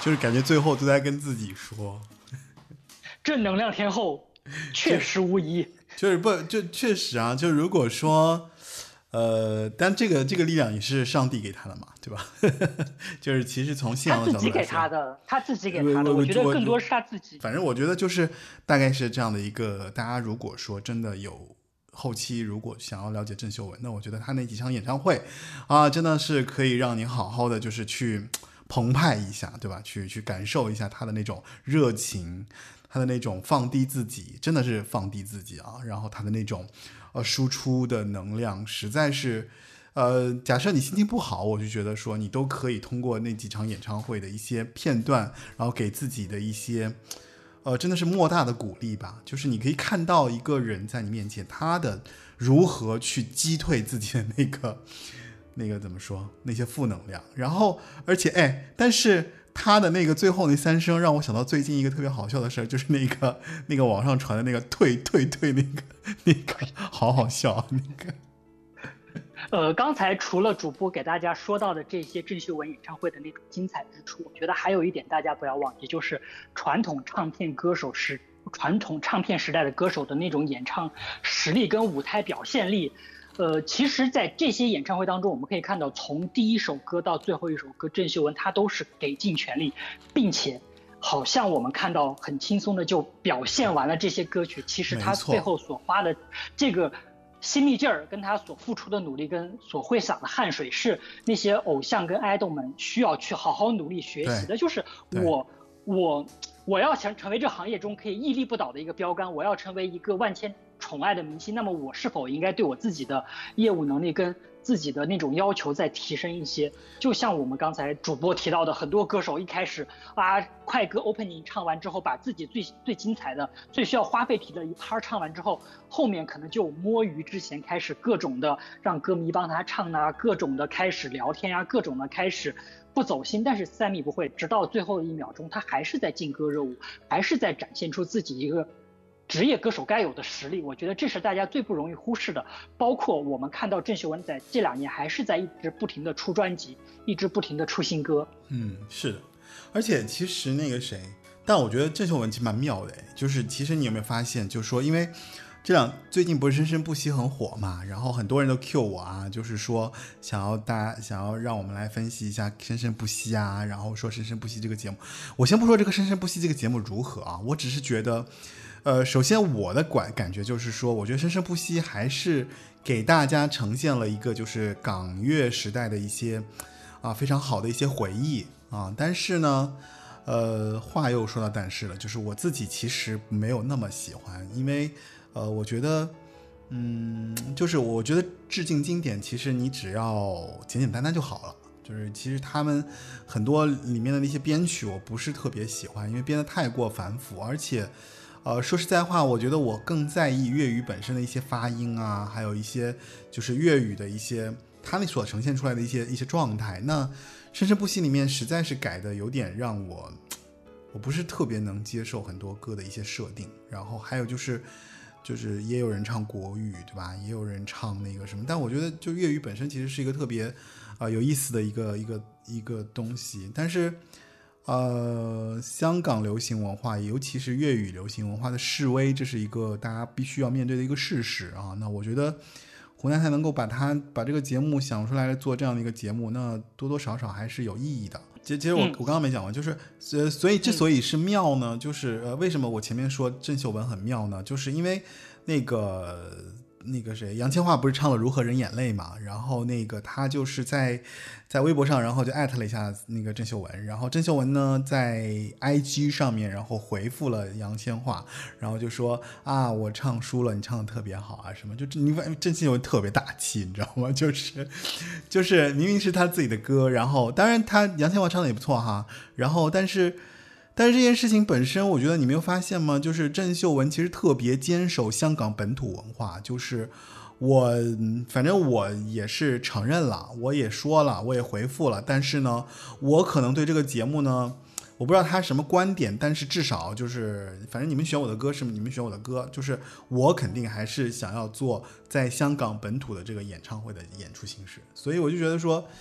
就是感觉最后都在跟自己说， 正能量天后确实无疑。 就是不就确实啊，就如果说。呃，但这个这个力量也是上帝给他的嘛，对吧？就是其实从信仰的角度来说， 他自己给他的，他自己给他的，我, 我觉得更多是他自己。 反正我觉得就是大概是这样的一个，大家如果说真的有后期如果想要了解郑秀文，那我觉得他那几场演唱会啊，真的是可以让你好好的就是去澎湃一下，对吧？去去感受一下他的那种热情，他的那种放低自己，真的是放低自己啊，然后他的那种。呃，输出的能量实在是，呃，假设你心情不好，我就觉得说你都可以通过那几场演唱会的一些片段，然后给自己的一些，呃，真的是莫大的鼓励吧。就是你可以看到一个人在你面前，他的如何去击退自己的那个那个怎么说那些负能量，然后而且哎，但是。他的那个最后那三声让我想到最近一个特别好笑的事儿，就是那个那个网上传的那个退退退那个那个好好笑那个。 呃，刚才除了主播给大家说到的这些郑秀文演唱会的那种精彩之处，我觉得还有一点大家不要忘记，就是传统唱片歌手时传统唱片时代的歌手的那种演唱实力跟舞台表现力。呃，其实在这些演唱会当中，我们可以看到从第一首歌到最后一首歌，郑秀文她都是给尽全力，并且好像我们看到很轻松的就表现完了这些歌曲，其实她最后所花的这个心力劲儿跟她所付出的努力跟所会洒的汗水，是那些偶像跟爱豆们需要去好好努力学习的。就是我我我要想成为这行业中可以屹立不倒的一个标杆，我要成为一个万千宠爱的明星，那么我是否应该对我自己的业务能力跟自己的那种要求再提升一些？就像我们刚才主播提到的，很多歌手一开始啊，快歌 opening 唱完之后，把自己最最精彩的、最需要花费体的一 part 唱完之后，后面可能就摸鱼之前开始各种的让歌迷帮他唱啊，各种的开始聊天啊，各种的开始不走心。但是三米不会，直到最后一秒钟，他还是在劲歌热舞，还是在展现出自己一个职业歌手该有的实力。我觉得这是大家最不容易忽视的。包括我们看到郑秀文在这两年还是在一直不停的出专辑，一直不停的出新歌。 嗯，是的。而且其实那个谁，但我觉得郑秀文其实蛮妙的，就是其实你有没有发现，就是说因为这两最近不是生生不息很火嘛，然后很多人都 cue 我啊，就是说想要大家想要让我们来分析一下生生不息啊，然后说生生不息这个节目。我先不说这个生生不息这个节目如何啊，我只是觉得呃，首先我的感感觉就是说，我觉得生生不息还是给大家呈现了一个就是港乐时代的一些啊非常好的一些回忆啊，但是呢呃话又说到但是了，就是我自己其实没有那么喜欢，因为呃我觉得嗯就是我觉得致敬经典其实你只要简简单单就好了，就是其实他们很多里面的那些编曲我不是特别喜欢，因为编得太过繁复，而且呃，说实在话，我觉得我更在意粤语本身的一些发音啊，还有一些就是粤语的一些它那所呈现出来的一些一些状态。那生生不息里面实在是改的有点让我我不是特别能接受很多歌的一些设定，然后还有就是就是也有人唱国语，对吧？也有人唱那个什么，但我觉得就粤语本身其实是一个特别呃有意思的一个一个一个东西，但是。呃，香港流行文化，尤其是粤语流行文化的式微，这是一个大家必须要面对的一个事实啊。那我觉得湖南台能够把它把这个节目想出来做这样的一个节目，那多多少少还是有意义的。其实我、嗯、我刚刚没讲完，就是呃，所以之所以是妙呢，就是呃，为什么我前面说郑秀文很妙呢？就是因为那个。那个谁，杨千嬅不是唱了《如何忍眼泪》嘛？然后那个他就是在在微博上，然后就艾特了一下那个郑秀文，然后郑秀文呢在 I G 上面，然后回复了杨千嬅，然后就说啊，我唱输了，你唱的特别好啊，什么就你郑秀文特别大气，你知道吗？就是就是明明是他自己的歌，然后当然他杨千嬅唱的也不错哈，然后但是。但是这件事情本身，我觉得你没有发现吗？就是郑秀文其实特别坚守香港本土文化，就是我反正我也是承认了，我也说了，我也回复了，但是呢，我可能对这个节目呢，我不知道他什么观点，但是至少就是反正你们选我的歌是你们选我的歌，就是我肯定还是想要做在香港本土的这个演唱会的演出形式，所以我就觉得说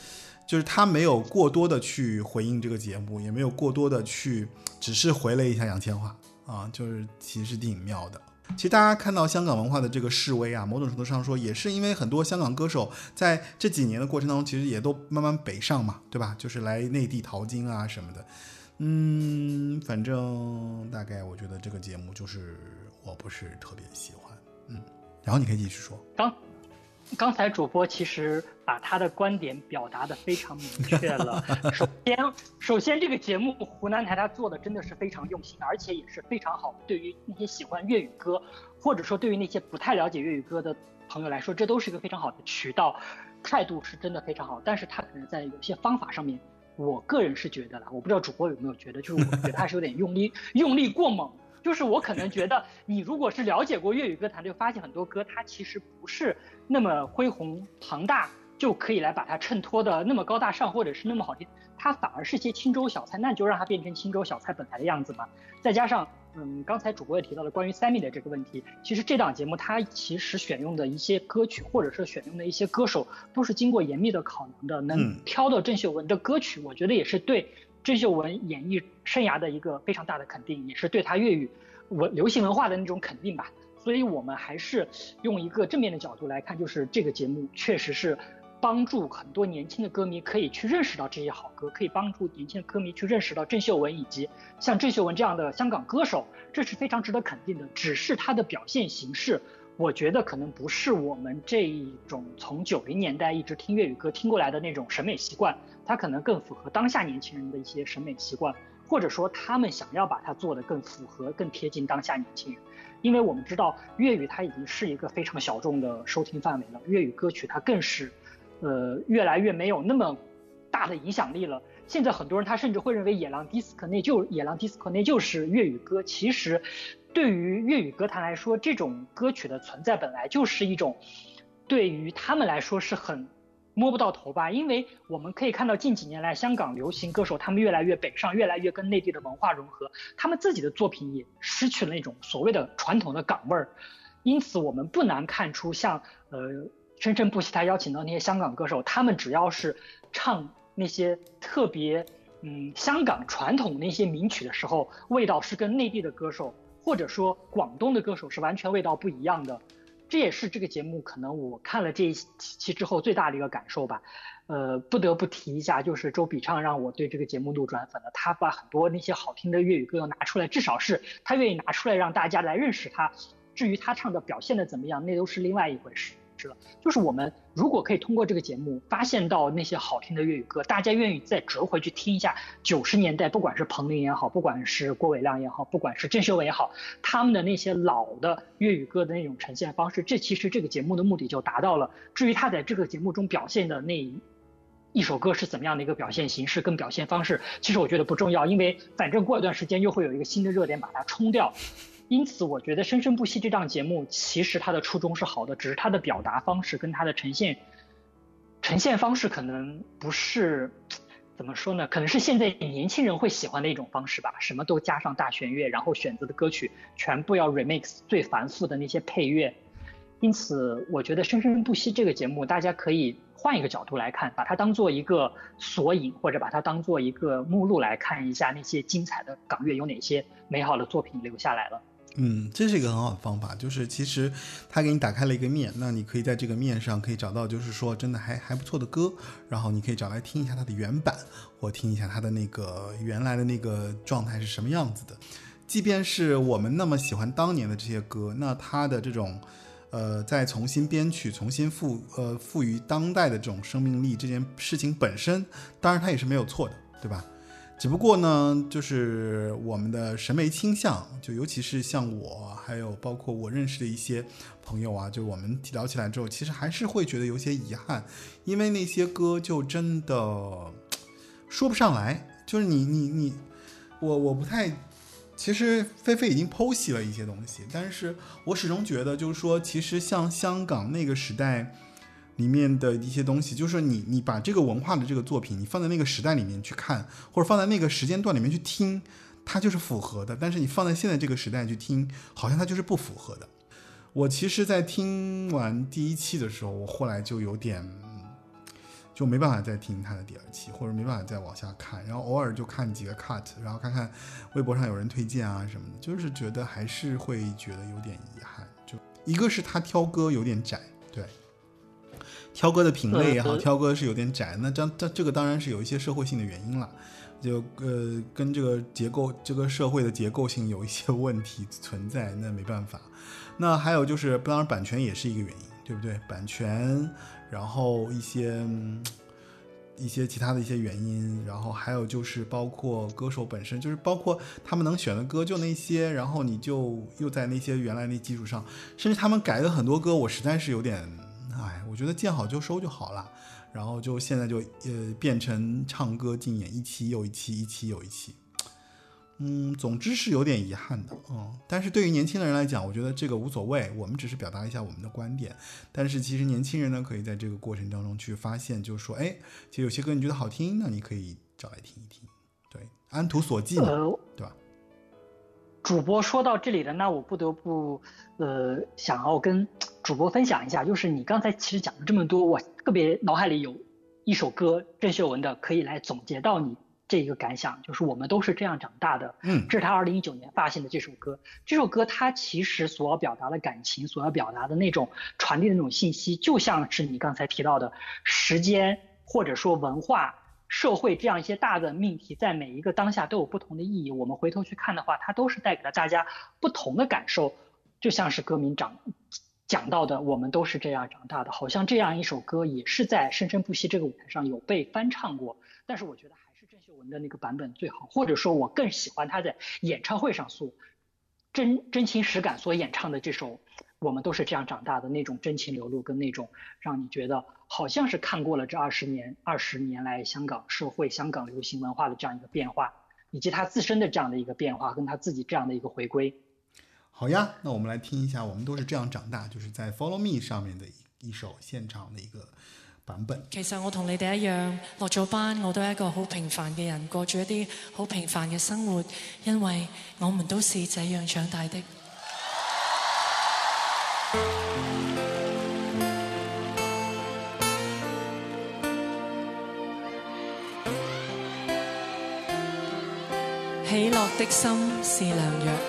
就是他没有过多的去回应这个节目，也没有过多的去只是回了一下杨千嬅啊，就是其实挺妙的。其实大家看到香港文化的这个示威啊，某种程度上说也是因为很多香港歌手在这几年的过程当中其实也都慢慢北上嘛，对吧，就是来内地淘金啊什么的。嗯，反正大概我觉得这个节目就是我不是特别喜欢。嗯，然后你可以继续说。 刚刚才主播其实把他的观点表达的非常明确了。首先，首先这个节目湖南台他做的真的是非常用心，而且也是非常好。对于那些喜欢粤语歌，或者说对于那些不太了解粤语歌的朋友来说，这都是一个非常好的渠道，态度是真的非常好。但是他可能在有些方法上面，我个人是觉得了，我不知道主播有没有觉得，就是我觉得他是有点用力用力过猛。就是我可能觉得，你如果是了解过粤语歌坛，就发现很多歌它其实不是那么恢宏庞大，就可以来把它衬托的那么高大上，或者是那么好听，它反而是些清粥小菜，那就让它变成清粥小菜本来的样子嘛。再加上，嗯，刚才主播也提到了关于Sammy的这个问题，其实这档节目它其实选用的一些歌曲，或者是选用的一些歌手，都是经过严密的考量的，能挑到郑秀文的歌曲，我觉得也是对郑秀文演艺生涯的一个非常大的肯定，也是对她粤语文流行文化的那种肯定吧。所以我们还是用一个正面的角度来看，就是这个节目确实是帮助很多年轻的歌迷可以去认识到这些好歌，可以帮助年轻的歌迷去认识到郑秀文以及像郑秀文这样的香港歌手，这是非常值得肯定的。只是他的表现形式，我觉得可能不是我们这一种从九零年代一直听粤语歌听过来的那种审美习惯，它可能更符合当下年轻人的一些审美习惯，或者说他们想要把它做得更符合更贴近当下年轻人。因为我们知道粤语它已经是一个非常小众的收听范围了，粤语歌曲它更是呃越来越没有那么大的影响力了。现在很多人他甚至会认为野狼 disco 那就野狼 disco 那就是粤语歌，其实对于粤语歌坛来说，这种歌曲的存在本来就是一种对于他们来说是很摸不到头吧。因为我们可以看到近几年来香港流行歌手他们越来越北上，越来越跟内地的文化融合，他们自己的作品也失去了那种所谓的传统的港味儿。因此我们不难看出像呃生生不息他邀请到那些香港歌手，他们只要是唱那些特别嗯香港传统那些名曲的时候，味道是跟内地的歌手或者说广东的歌手是完全味道不一样的。这也是这个节目可能我看了这一期之后最大的一个感受吧。呃，不得不提一下，就是周笔畅让我对这个节目路转粉了。他把很多那些好听的粤语歌要拿出来，至少是他愿意拿出来让大家来认识他。至于他唱的表现的怎么样，那都是另外一回事了。就是我们如果可以通过这个节目发现到那些好听的粤语歌，大家愿意再折回去听一下九十年代，不管是彭羚也好，不管是郭伟亮也好，不管是郑秀文也好，他们的那些老的粤语歌的那种呈现方式，这其实这个节目的目的就达到了。至于他在这个节目中表现的那一首歌是怎么样的一个表现形式跟表现方式，其实我觉得不重要，因为反正过一段时间又会有一个新的热点把它冲掉。因此我觉得生生不息这档节目其实它的初衷是好的，只是它的表达方式跟它的呈现呈现方式可能不是怎么说呢，可能是现在年轻人会喜欢的一种方式吧，什么都加上大弦乐，然后选择的歌曲全部要 remix 最繁复的那些配乐。因此我觉得生生不息这个节目大家可以换一个角度来看，把它当做一个索引，或者把它当做一个目录来看一下那些精彩的港乐有哪些美好的作品留下来了。 嗯，这是一个很好的方法，就是其实他给你打开了一个面，那你可以在这个面上可以找到就是说真的还还不错的歌，然后你可以找来听一下它的原版，或听一下它的那个原来的那个状态是什么样子的。即便是我们那么喜欢当年的这些歌，那它的这种呃再重新编曲，重新赋呃赋予当代的这种生命力，这件事情本身当然它也是没有错的，对吧？只不过呢，就是我们的审美倾向，就尤其是像我，还有包括我认识的一些朋友啊，就我们聊起来之后，其实还是会觉得有些遗憾，因为那些歌就真的说不上来，就是你你你，我我不太，其实菲菲已经剖析了一些东西，但是我始终觉得，就是说，其实像香港那个时代里面的一些东西，就是你你把这个文化的这个作品你放在那个时代里面去看，或者放在那个时间段里面去听，它就是符合的，但是你放在现在这个时代去听，好像它就是不符合的。我其实在听完第一期的时候，我后来就有点就就没办法再听他的第二期，或者没办法再往下看，然后偶尔就看几个 cut， 然后看看微博上有人推荐啊什么的，就是觉得还是会觉得有点遗憾。就一个是他挑歌有点窄，对，挑歌的品类也好，挑歌是有点窄，那这这这个当然是有一些社会性的原因了。就呃跟这个结构这个社会的结构性有一些问题存在，那没办法。那还有就是当然版权也是一个原因，对不对？版权，然后一些、嗯、一些其他的一些原因，然后还有就是包括歌手本身，就是包括他们能选的歌就那些，然后你就又在那些原来那基础上，甚至他们改的很多歌我实在是有点哎，我觉得见好就收就好了，然后就现在就呃变成唱歌竞演，一期又一期，一期又一期，嗯，总之是有点遗憾的，嗯。但是对于年轻人来讲，我觉得这个无所谓，我们只是表达一下我们的观点。但是其实年轻人呢，可以在这个过程当中去发现，就是说，哎，其实有些歌你觉得好听，那你可以找来听一听，对，安图所记嘛，呃、对吧？ 主播说到这里的，那我不得不呃想要跟主播分享一下，就是你刚才其实讲了这么多，我特别脑海里有一首歌，郑秀文的，可以来总结到你这个感想，就是我们都是这样长大的。嗯，这是他二零一九年发行的这首歌。这首歌它其实所要表达的感情，所要表达的那种传递的那种信息，就像是你刚才提到的时间或者说文化社会这样一些大的命题，在每一个当下都有不同的意义。我们回头去看的话，它都是带给了大家不同的感受，就像是歌名长讲到的，我们都是这样长大的。好像这样一首歌也是在生生不息这个舞台上有被翻唱过，但是我觉得还是郑秀文的那个版本最好，或者说我更喜欢她在演唱会上所真真情实感所演唱的这首我们都是这样长大的，那种真情流露跟那种让你觉得好像是看过了这二十年二十年来香港社会香港流行文化的这样一个变化，以及他自身的这样的一个变化，跟他自己这样的一个回归。 好呀，那我们来听一下我们都是这样长大，就是在 Follow Me 上面的一首现場的一個版本。 其實我同你哋一樣，落咗班我都係一個好平凡嘅人，過住一啲好平凡嘅生活，因為我們都是這樣長大的。喜樂的心是良藥。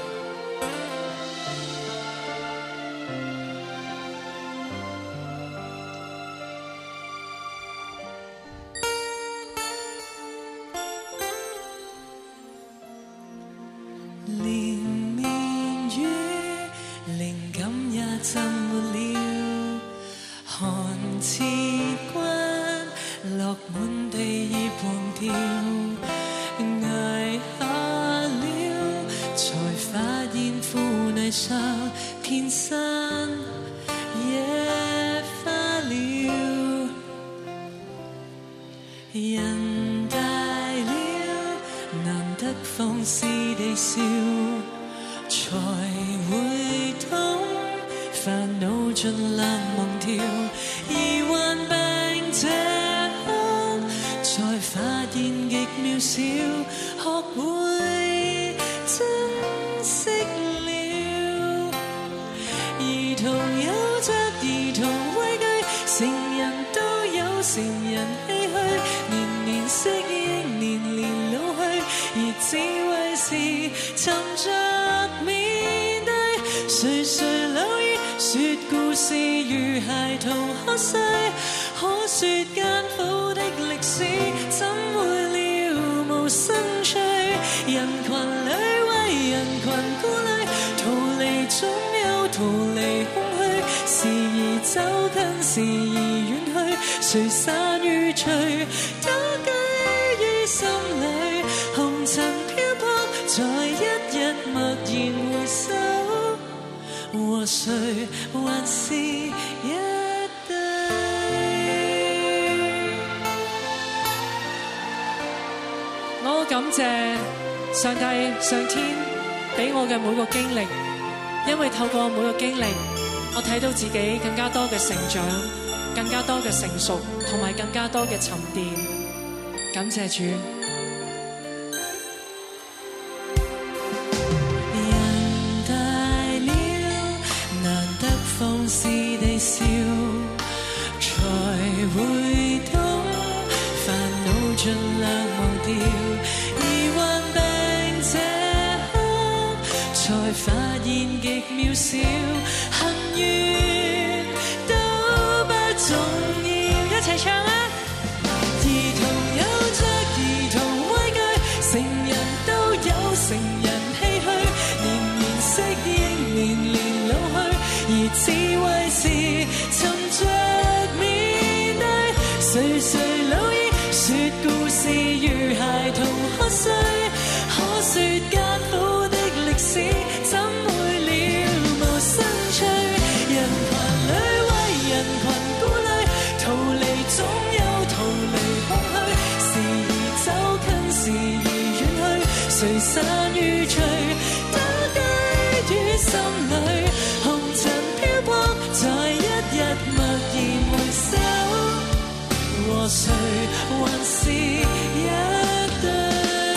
上天俾我嘅每個經歷，因為透過每個經歷，我睇到自己更加多嘅成長，更加多嘅成熟，同埋更加多嘅沉澱。感謝主。人大了，難得放肆地笑，才會懂。 煩惱盡量忘掉，而患病這刻才發現極渺小，幸運都不重要。一齊唱啊！兒童有着兒童畏懼，成人都有成人唏噓，年年適應，年年老去，而智慧是沉着面對。誰誰老矣，說故事如孩童瞌睡，可說艱苦的歷史怎會了無生趣。人群裏為人群顧慮，逃離總有逃離空虛，時而走近時而遠去，誰散與聚都居於心裏，紅塵漂泊在一日默然回首，和誰還是一對。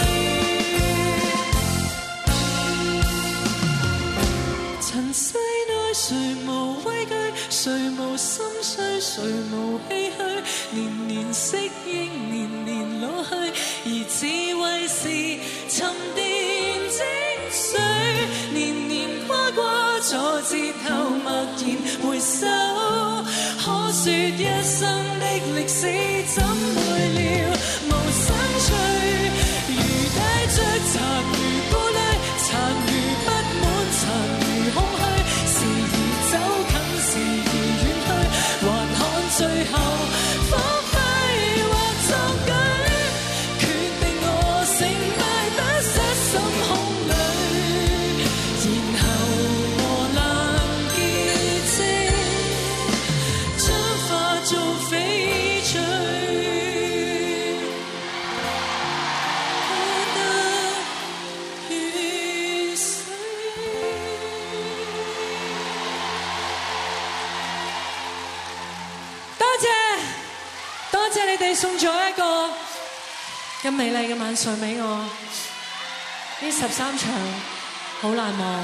塵世內誰無畏懼，誰無心碎，誰無唏噓，年年適應，年年老去，而智慧是沉澱精髓，年年跨過挫折後默然回首，可說一生的歷史怎會了無生趣。如帶着殘餘顧慮，殘餘不滿，殘餘空虛，時而走近，時而遠去，還看最後發揮或壯舉，決定我成敗不失心胸裏，然後磨難結晶，將化做翡翠，可得於水。多謝，多謝你哋送咗一個咁美麗嘅晚上俾我，呢十三場好難忘。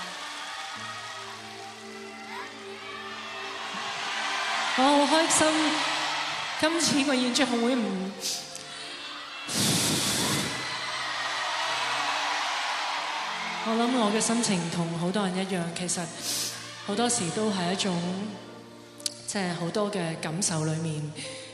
我好開心，今次個演唱會唔，我諗我嘅心情同好多人一樣，其實好多時都係一種即係好多嘅感受裏面。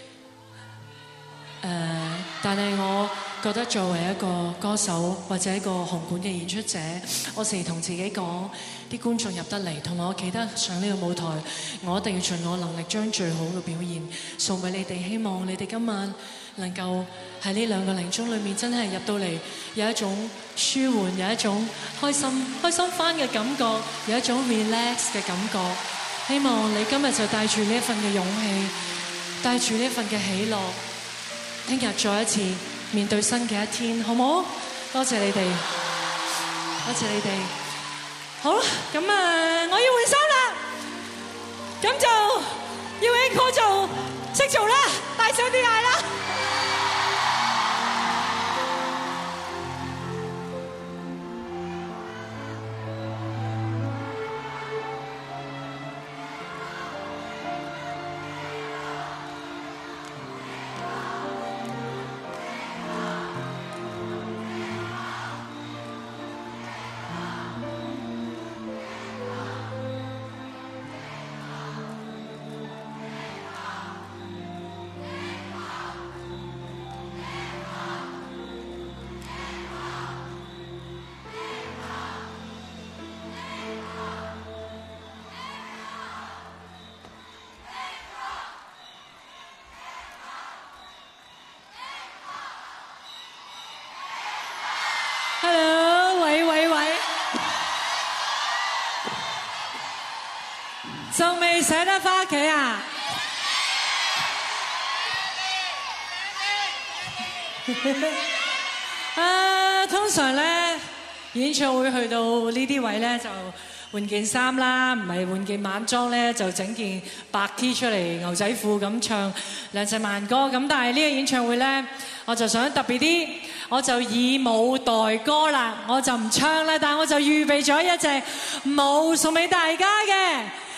誒、呃，但係我覺得作為一個歌手或者一個紅館嘅演出者，我時同自己講，啲觀眾入得嚟，同埋我企得上呢個舞台，我一定要盡我能力將最好嘅表現送俾你哋。希望你哋今晚能夠喺呢兩個零鐘裏面，真係入到嚟有一種舒緩，有一種開心開心翻嘅感覺，有一種 relax 嘅感覺。希望你今日就帶住呢一份嘅勇氣，帶住呢一份嘅喜樂，聽日再一次面對新嘅一天，好唔好？多謝你哋，多謝你哋。好啦，咁啊，我要換衫啦，咁就要 encore 做，識做啦，大聲啲嗌啦！Hello， 喂喂喂，仲未捨得返屋企啊？啊，通常咧演唱會去到呢啲位咧就換件衫啦，唔係換件晚裝咧就整件白 T 出嚟，牛仔褲咁唱兩隻慢歌。咁但係呢個演唱會咧，我就想特別啲，我就以舞代歌啦，我就唔唱啦，但我就預備咗一隻舞送俾大家嘅。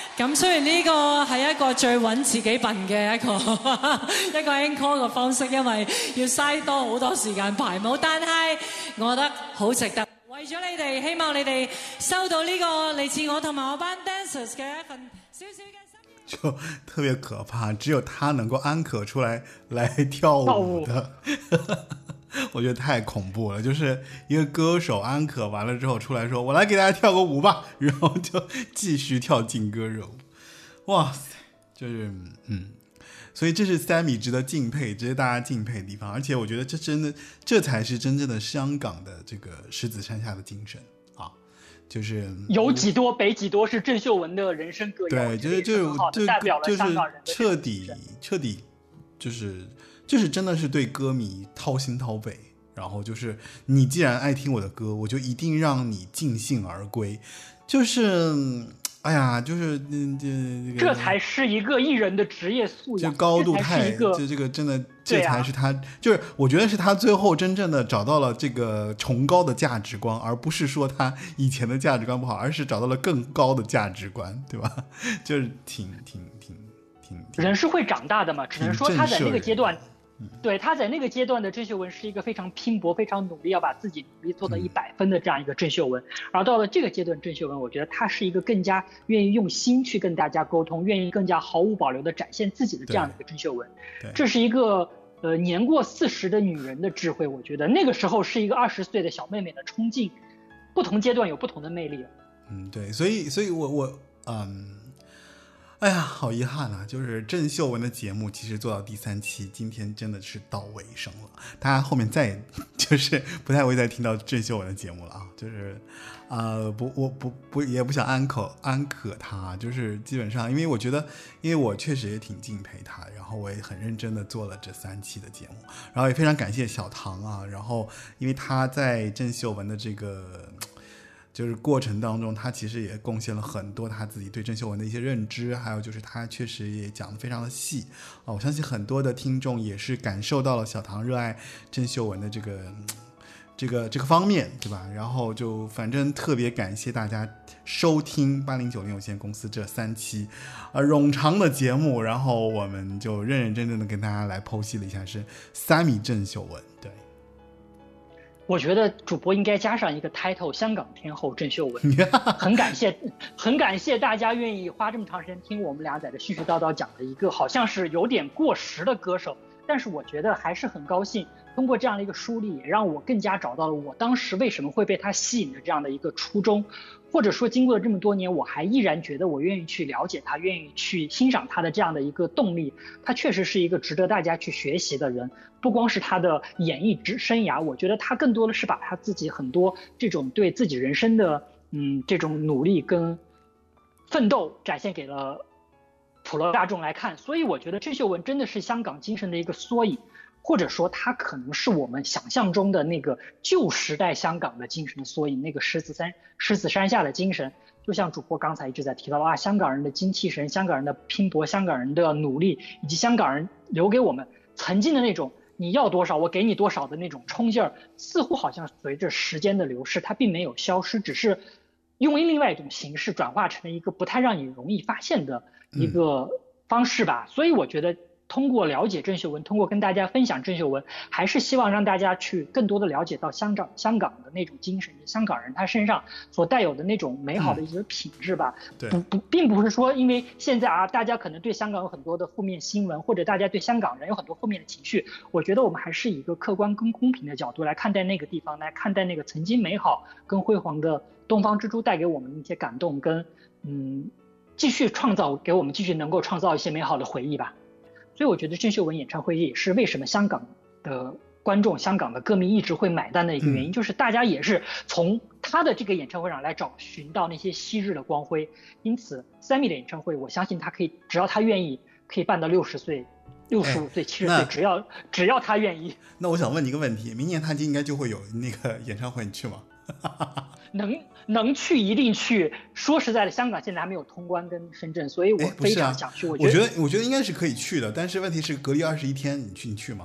咁雖然呢個係一個最揾自己笨嘅一個一個 encore 嘅方式，因為要嘥多好多時間排舞，但係我覺得好值得。為咗你哋，希望你哋收到呢個嚟自我同埋我班 dancers 嘅一份少少嘅心。 就特別可怕，只有他能夠安可出來來跳舞的。我覺得太恐怖了，就是一個歌手安可完了之後出來說我來給大家跳個舞吧，然後就繼續跳勁歌柔。哇塞，就是嗯，所以這是 Sammy 值得敬佩，值得大家敬佩的地方。而且我覺得這真的，這才是真正的香港的這個獅子山下的精神啊，就是有幾多北幾多是鄭秀文的人生歌謠， 對，就是就就代表了香港人的徹底徹底就是就是真的是對歌迷掏心掏肺，然後就是你既然愛聽我的歌，我就一定讓你盡興而歸，就是哎呀，就是嗯这这才是一个艺人的职业素养， 就高度太这这个真的这才是他、啊、就是我觉得是他最后真正的找到了这个崇高的价值观，而不是说他以前的价值观不好，而是找到了更高的价值观，对吧？就是挺挺挺挺人是会长大的嘛，只能说他在那个阶段。对，他在那个阶段的郑秀文是一个非常拼搏非常努力要把自己努力做到一百分的这样一个郑秀文、嗯、而到了这个阶段郑秀文我觉得他是一个更加愿意用心去跟大家沟通，愿意更加毫无保留的展现自己的这样的一个郑秀文，这是一个呃年过四十的女人的智慧，我觉得那个时候是一个二十岁的小妹妹的冲劲，不同阶段有不同的魅力。 嗯，对，所以所以我我嗯哎呀，好遗憾啊！就是郑秀文的节目其實做到第三期，今天真的是到尾聲了。大家後面再也就是不太會再聽到鄭秀文的節目了啊！就是呃不我不不也不想安可安可他，就是基本上因為我覺得因為我確實也挺敬佩他，然後我也很認真的做了這三期的節目，然後也非常感謝小唐啊，然後因為他在鄭秀文的這個就是過程當中他其實也貢獻了很多他自己對鄭秀文的一些認知，還有就是他確實也講得非常的細啊，我相信很多的聽眾也是感受到了小唐熱愛鄭秀文的這個這個這個方面，對吧？然後就反正特別感謝大家收聽八零九零有限公司這三期呃冗長的節目，然後我們就認認真真的跟大家來剖析了一下是Sammy鄭秀文。對， 我覺得主播應該加上一個 title 香港天后鄭秀文很感謝很感謝大家願意花這麼長時間聽我們倆在這絮絮叨叨講的一個好像是有點過時的歌手，但是我覺得還是很高興通過這樣的一個梳理，也讓我更加找到了我當時為什麼會被他吸引的這樣的一個初衷，或者說經過了這麼多年我還依然覺得我願意去了解他，願意去欣賞他的這樣的一個動力，他確實是一個值得大家去學習的人，不光是他的演藝生涯，我覺得他更多的是把他自己很多這種對自己人生的嗯這種努力跟奮鬥展現給了普羅大眾來看，所以我覺得鄭秀文真的是香港精神的一個縮影，或者說他可能是我們想象中的那個舊時代香港的精神的縮影，那個獅子山獅子山下的精神，就像主播剛才一直在提到啊，香港人的精氣神，香港人的拼搏，香港人的努力，以及香港人留給我們曾經的那種你要多少我給你多少的那種衝勁兒，似乎好像隨着時間的流逝它並沒有消失，只是用另外一種形式轉化成了一個不太讓你容易發現的一個方式吧、嗯、所以我覺得通過了解鄭秀文，通過跟大家分享鄭秀文，還是希望讓大家去更多的了解到香港香港的那種精神，香港人他身上所帶有的那種美好的一些品質吧、嗯、不不並不是說因為現在啊大家可能對香港有很多的負面新聞，或者大家對香港人有很多負面的情緒，我覺得我們還是以一個客觀跟公平的角度來看待那個地方，來看待那個曾經美好跟輝煌的東方之珠帶給我們一些感動跟嗯繼續創造給我們繼續能夠創造一些美好的回憶吧。所以我覺得鄭秀文演唱會也是為什麼香港的觀眾香港的歌迷一直會買單的一個原因、嗯、就是大家也是從他的這個演唱會上來找尋到那些昔日的光輝，因此 Sammy 的演唱會我相信他可以只要他願意可以辦到六十歲六十五歲七十歲，只要只要他願意。 那我想問你一個問題，明年他就應該就會有那個演唱會，你去嗎？ 能能去一定去，說實在的香港現在還沒有通關跟深圳，所以我非常想去。 我覺得我覺得我覺得應該是可以去的，但是問題是隔離二十一天，你去你去嗎？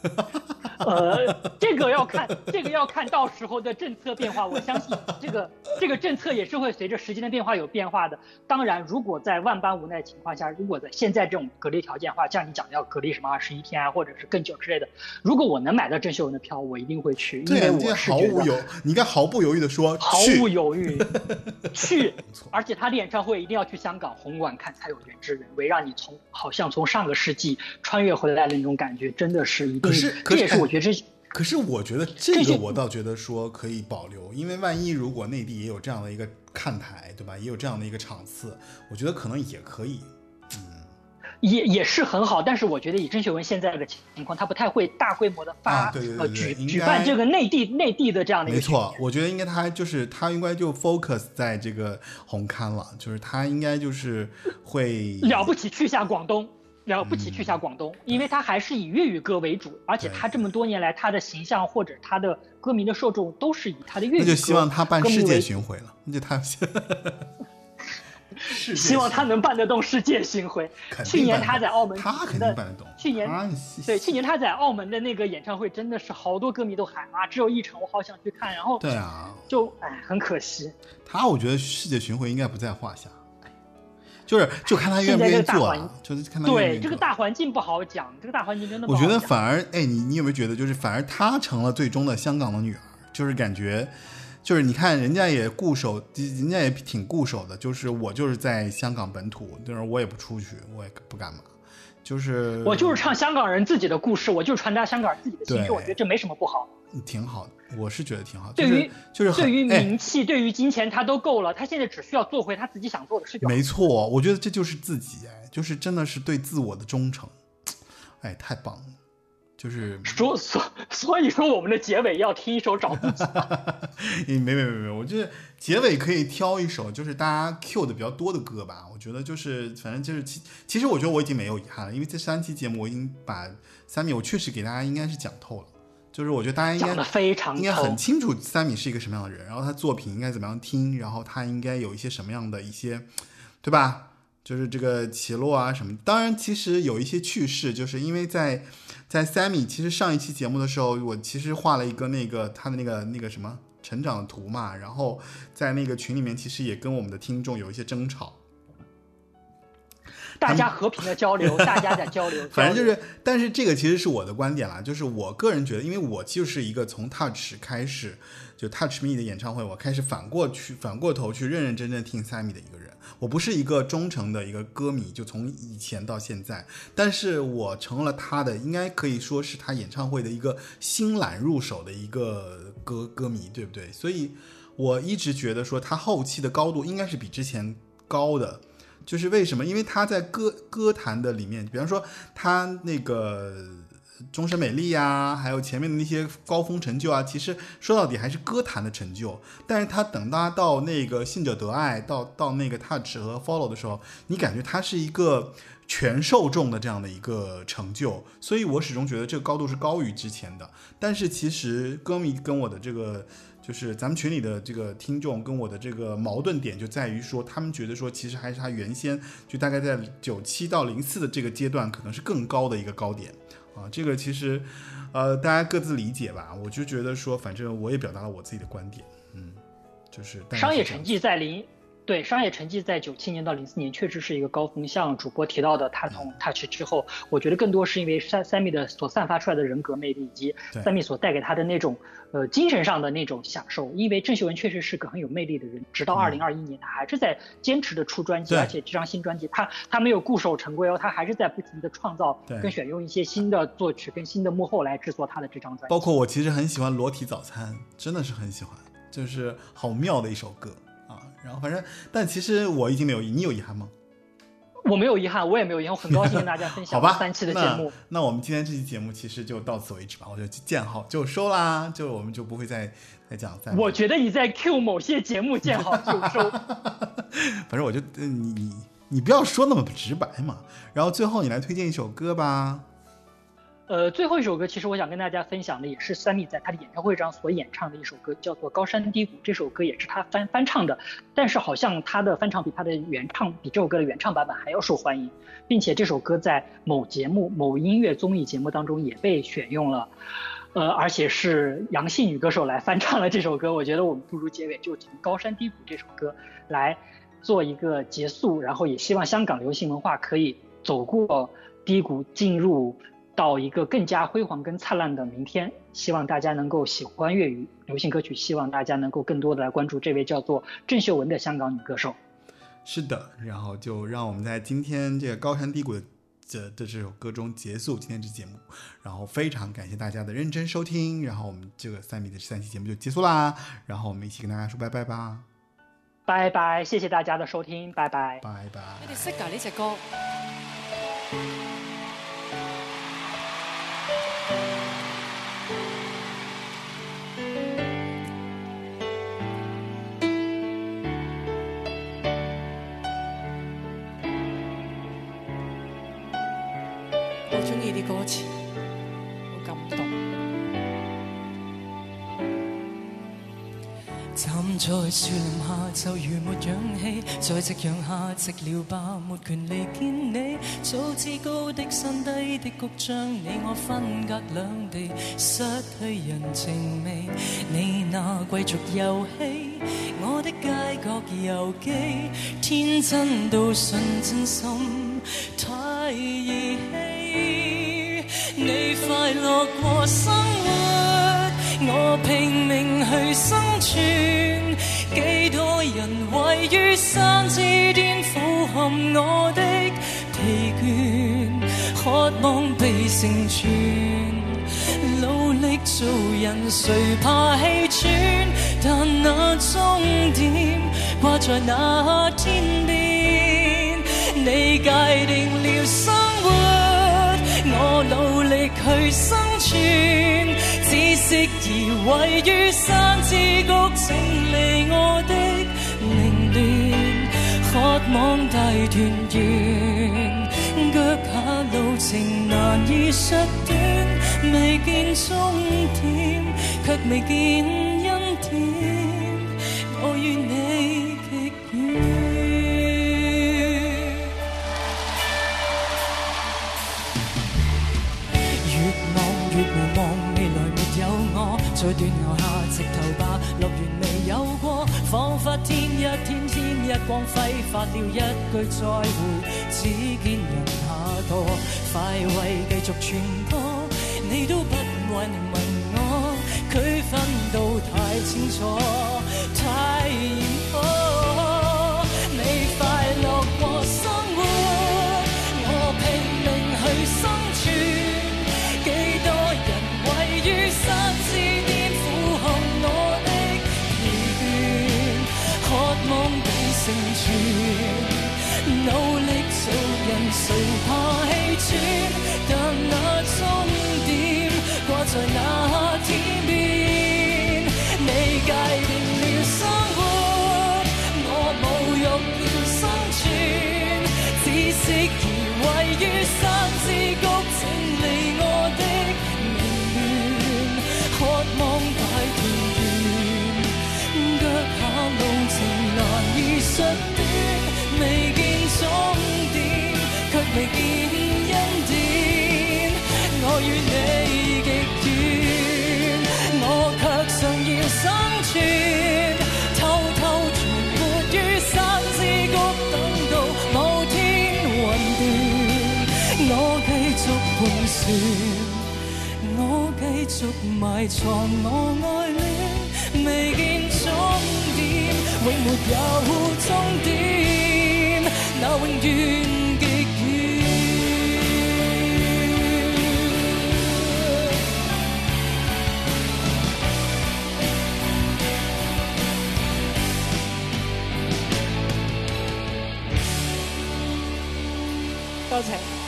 呃，这个要看，这个要看到时候的政策变化。我相信这个这个政策也是会随着时间的变化有变化的。当然，如果在万般无奈的情况下，如果在现在这种隔离条件的话，像你讲的要隔离什么二十一天啊，或者是更久之类的，如果我能买到郑秀文的票，我一定会去，因为我是觉得毫无犹，你应该毫不犹豫的说毫无犹豫去，而且他的演唱会一定要去香港红馆看才有原汁原味，让你从好像从上个世纪穿越回来的那种感觉，真的是一定。 可是， 这也是我觉得这。 可是我觉得这个我倒觉得说可以保留，因为万一如果内地也有这样的一个看台，对吧？也有这样的一个场次，我觉得可能也可以。嗯， 也也是很好，但是我觉得以郑秀文现在的情况，他不太会大规模的发、 啊、对对对对呃举举办这个内地内地的这样的一个。 没错，我觉得应该他就是他应该就 focus 在这个红磡了，就是他应该就是会了不起去下广东。了不起去下广东、嗯、因为他还是以粤语歌为主，而且他这么多年来他的形象或者他的歌迷的受众都是以他的粤语歌， 那就希望他办世界巡回了，那就他希望他能办得动世界巡回。去年他在澳门， 他肯定办得动。 去年对去年他在澳门的那个演唱会真的是好多歌迷都喊啊，只有一场我好想去看，然后对啊， 就哎很可惜。 他我觉得世界巡回应该不在话下。就是就看他愿不愿意做了，就是看他愿不愿意做。 对这个大环境不好讲，这个大环境真的不好讲。 我觉得反而，哎，你你有没有觉得，就是反而他成了最终的香港的女儿，就是感觉，就是你看人家也固守，人家也挺固守的，就是我就是在香港本土，就是我也不出去，我也不干嘛，就是我就是唱香港人自己的故事，我就传达香港人自己的情绪，我觉得这没什么不好。 挺好的，我是觉得挺好的。 对于就是对于名气、哎，对于金钱，他都够了。他现在只需要做回他自己想做的事情。 没错，我觉得这就是自己，哎，就是真的是对自我的忠诚，哎，太棒了。就是说所所以说，我们的结尾要听一首找自己。 没没没没，我觉得结尾可以挑一首就是大家 Q 的比较多的歌吧。我觉得就是反正就是其其实我觉得我已经没有遗憾了，因为这三期节目我已经把三米我确实给大家应该是讲透了。就是我觉得大家应该讲得非常应该很清楚三米是一个什么样的人，然后他作品应该怎么样听，然后他应该有一些什么样的一些，对吧？就是这个起落啊什么。当然，其实有一些趣事，就是因为在在三米其实上一期节目的时候，我其实画了一个那个他的那个那个什么成长的图嘛，然后在那个群里面其实也跟我们的听众有一些争吵。 大家和平的交流，大家在交流， 反正就是，但是这个其实是我的观点啦，就是我个人觉得，因为我就是一个从 Touch 开始，就 Touch Me 的演唱会，我开始反过去反过头去认认真真听 Sammy 的一个人，我不是一个忠诚的一个歌迷，就从以前到现在，但是我成了他的，应该可以说是他演唱会的一个新揽入手的一个歌歌迷，对不对？所以我一直觉得说他后期的高度应该是比之前高的。就是为什么？因为他在歌歌坛的里面，比方说他那个终身美丽啊，还有前面的那些高峰成就啊，其实说到底还是歌坛的成就。但是他等他到那个信者得爱，到到那个 Touch 和 Follow 的时候，你感觉他是一个全受众的这样的一个成就，所以我始终觉得这个高度是高于之前的。但是其实歌迷跟我的这个。就是咱们群里的这个听众跟我的这个矛盾点就在于说，他们觉得说其实还是他原先就大概在九七到零四的这个阶段可能是更高的一个高点啊，这个其实呃大家各自理解吧。我就觉得说，反正我也表达了我自己的观点，嗯，就是商业成绩在零。对，商业成绩在九七年到零四年确实是一个高峰，像主播提到的，他从 Touch 之后，我觉得更多是因为三三米的所散发出来的人格魅力，以及三米所带给他的那种呃精神上的那种享受。因为郑秀文确实是个很有魅力的人，直到二零二一年，他还是在坚持的出专辑，而且这张新专辑他他没有固守成规哦，他还是在不停的创造跟选用一些新的作曲跟新的幕后来制作他的这张专辑。 包括我其实很喜欢《裸体早餐》，真的是很喜欢，就是好妙的一首歌。然后反正，但其实我已经没有，你有遗憾吗？ 我没有遗憾，我也没有遗憾，我很高兴跟大家分享三期的节目。 那, 那我们今天这期节目其实就到此为止吧，我就见好就收啦，就我们就不会再再讲再。 我觉得你在 Q 某些节目见好就收。 反正我就你你你不要说那么直白嘛。然后最后你来推荐一首歌吧。 呃，最后一首歌，其实我想跟大家分享的也是Sammy在他的演唱会上所演唱的一首歌，叫做《高山低谷》。这首歌也是他翻翻唱的，但是好像他的翻唱比他的原唱比这首歌的原唱版本还要受欢迎，并且这首歌在某节目、某音乐综艺节目当中也被选用了，呃，而且是杨姓女歌手来翻唱了这首歌。我觉得我们不如结尾就从《高山低谷》这首歌来做一个结束，然后也希望香港流行文化可以走过低谷，进入到一个更加辉煌跟灿烂的明天。希望大家能够喜欢粤语流行歌曲，希望大家能够更多的来关注这位叫做郑秀文的香港女歌手。 是的，然后就让我们在今天这个高山低谷的这这这首歌中结束今天这节目，然后非常感谢大家的认真收听，然后我们这个三米的三期节目就结束啦，然后我们一起跟大家说拜拜吧， 拜拜，谢谢大家的收听，拜拜， 拜拜。 你哋識㗎呢隻歌？我中意啲歌詞，好感動。站在樹林下，就如沒氧氣，在夕陽下寂了吧，沒權利見你。早知高的山低的谷，將你我分隔兩地，失去人情味。你那貴族遊戲，我的街角遊記，天真到純真心，太兒戲。你快樂過生活，我拼命去生存，幾多人位於山之巔俯瞰我的疲倦，渴望被成全，努力做人誰怕氣喘，但那終點掛在那天邊，你界定了生活，我努力去生存，只適宜位於山之谷，整理我的凌亂，渴望大團圓，腳下路程難以削短，未見終點，卻未見恩典，我與你極遠。越回望未來沒有我，在斷崖下直頭吧，樂園未有過，彷彿天一天天一光揮發了一句再會，只見人下墮，快慰繼續傳播，你都不還問我，區分到太清楚，太嚴苛，你快樂過生活，我拼命去生存，幾多人位於山之巔俯瞰我的疲倦，渴望被成全，努力做人誰怕氣喘，但那終點掛在那天邊，你界定了生活，我侮辱了生存，只適宜位於山之谷，整理我的凌亂，渴望大團圓，腳下路程難以削短，未見終點，卻未見恩典，我與你極遠，我卻想要生存，偷偷存活於山之谷，等到某天混亂，我繼續盤旋，我繼續埋藏我愛戀，未見終點，永沒有終點，那永遠極遠。多謝。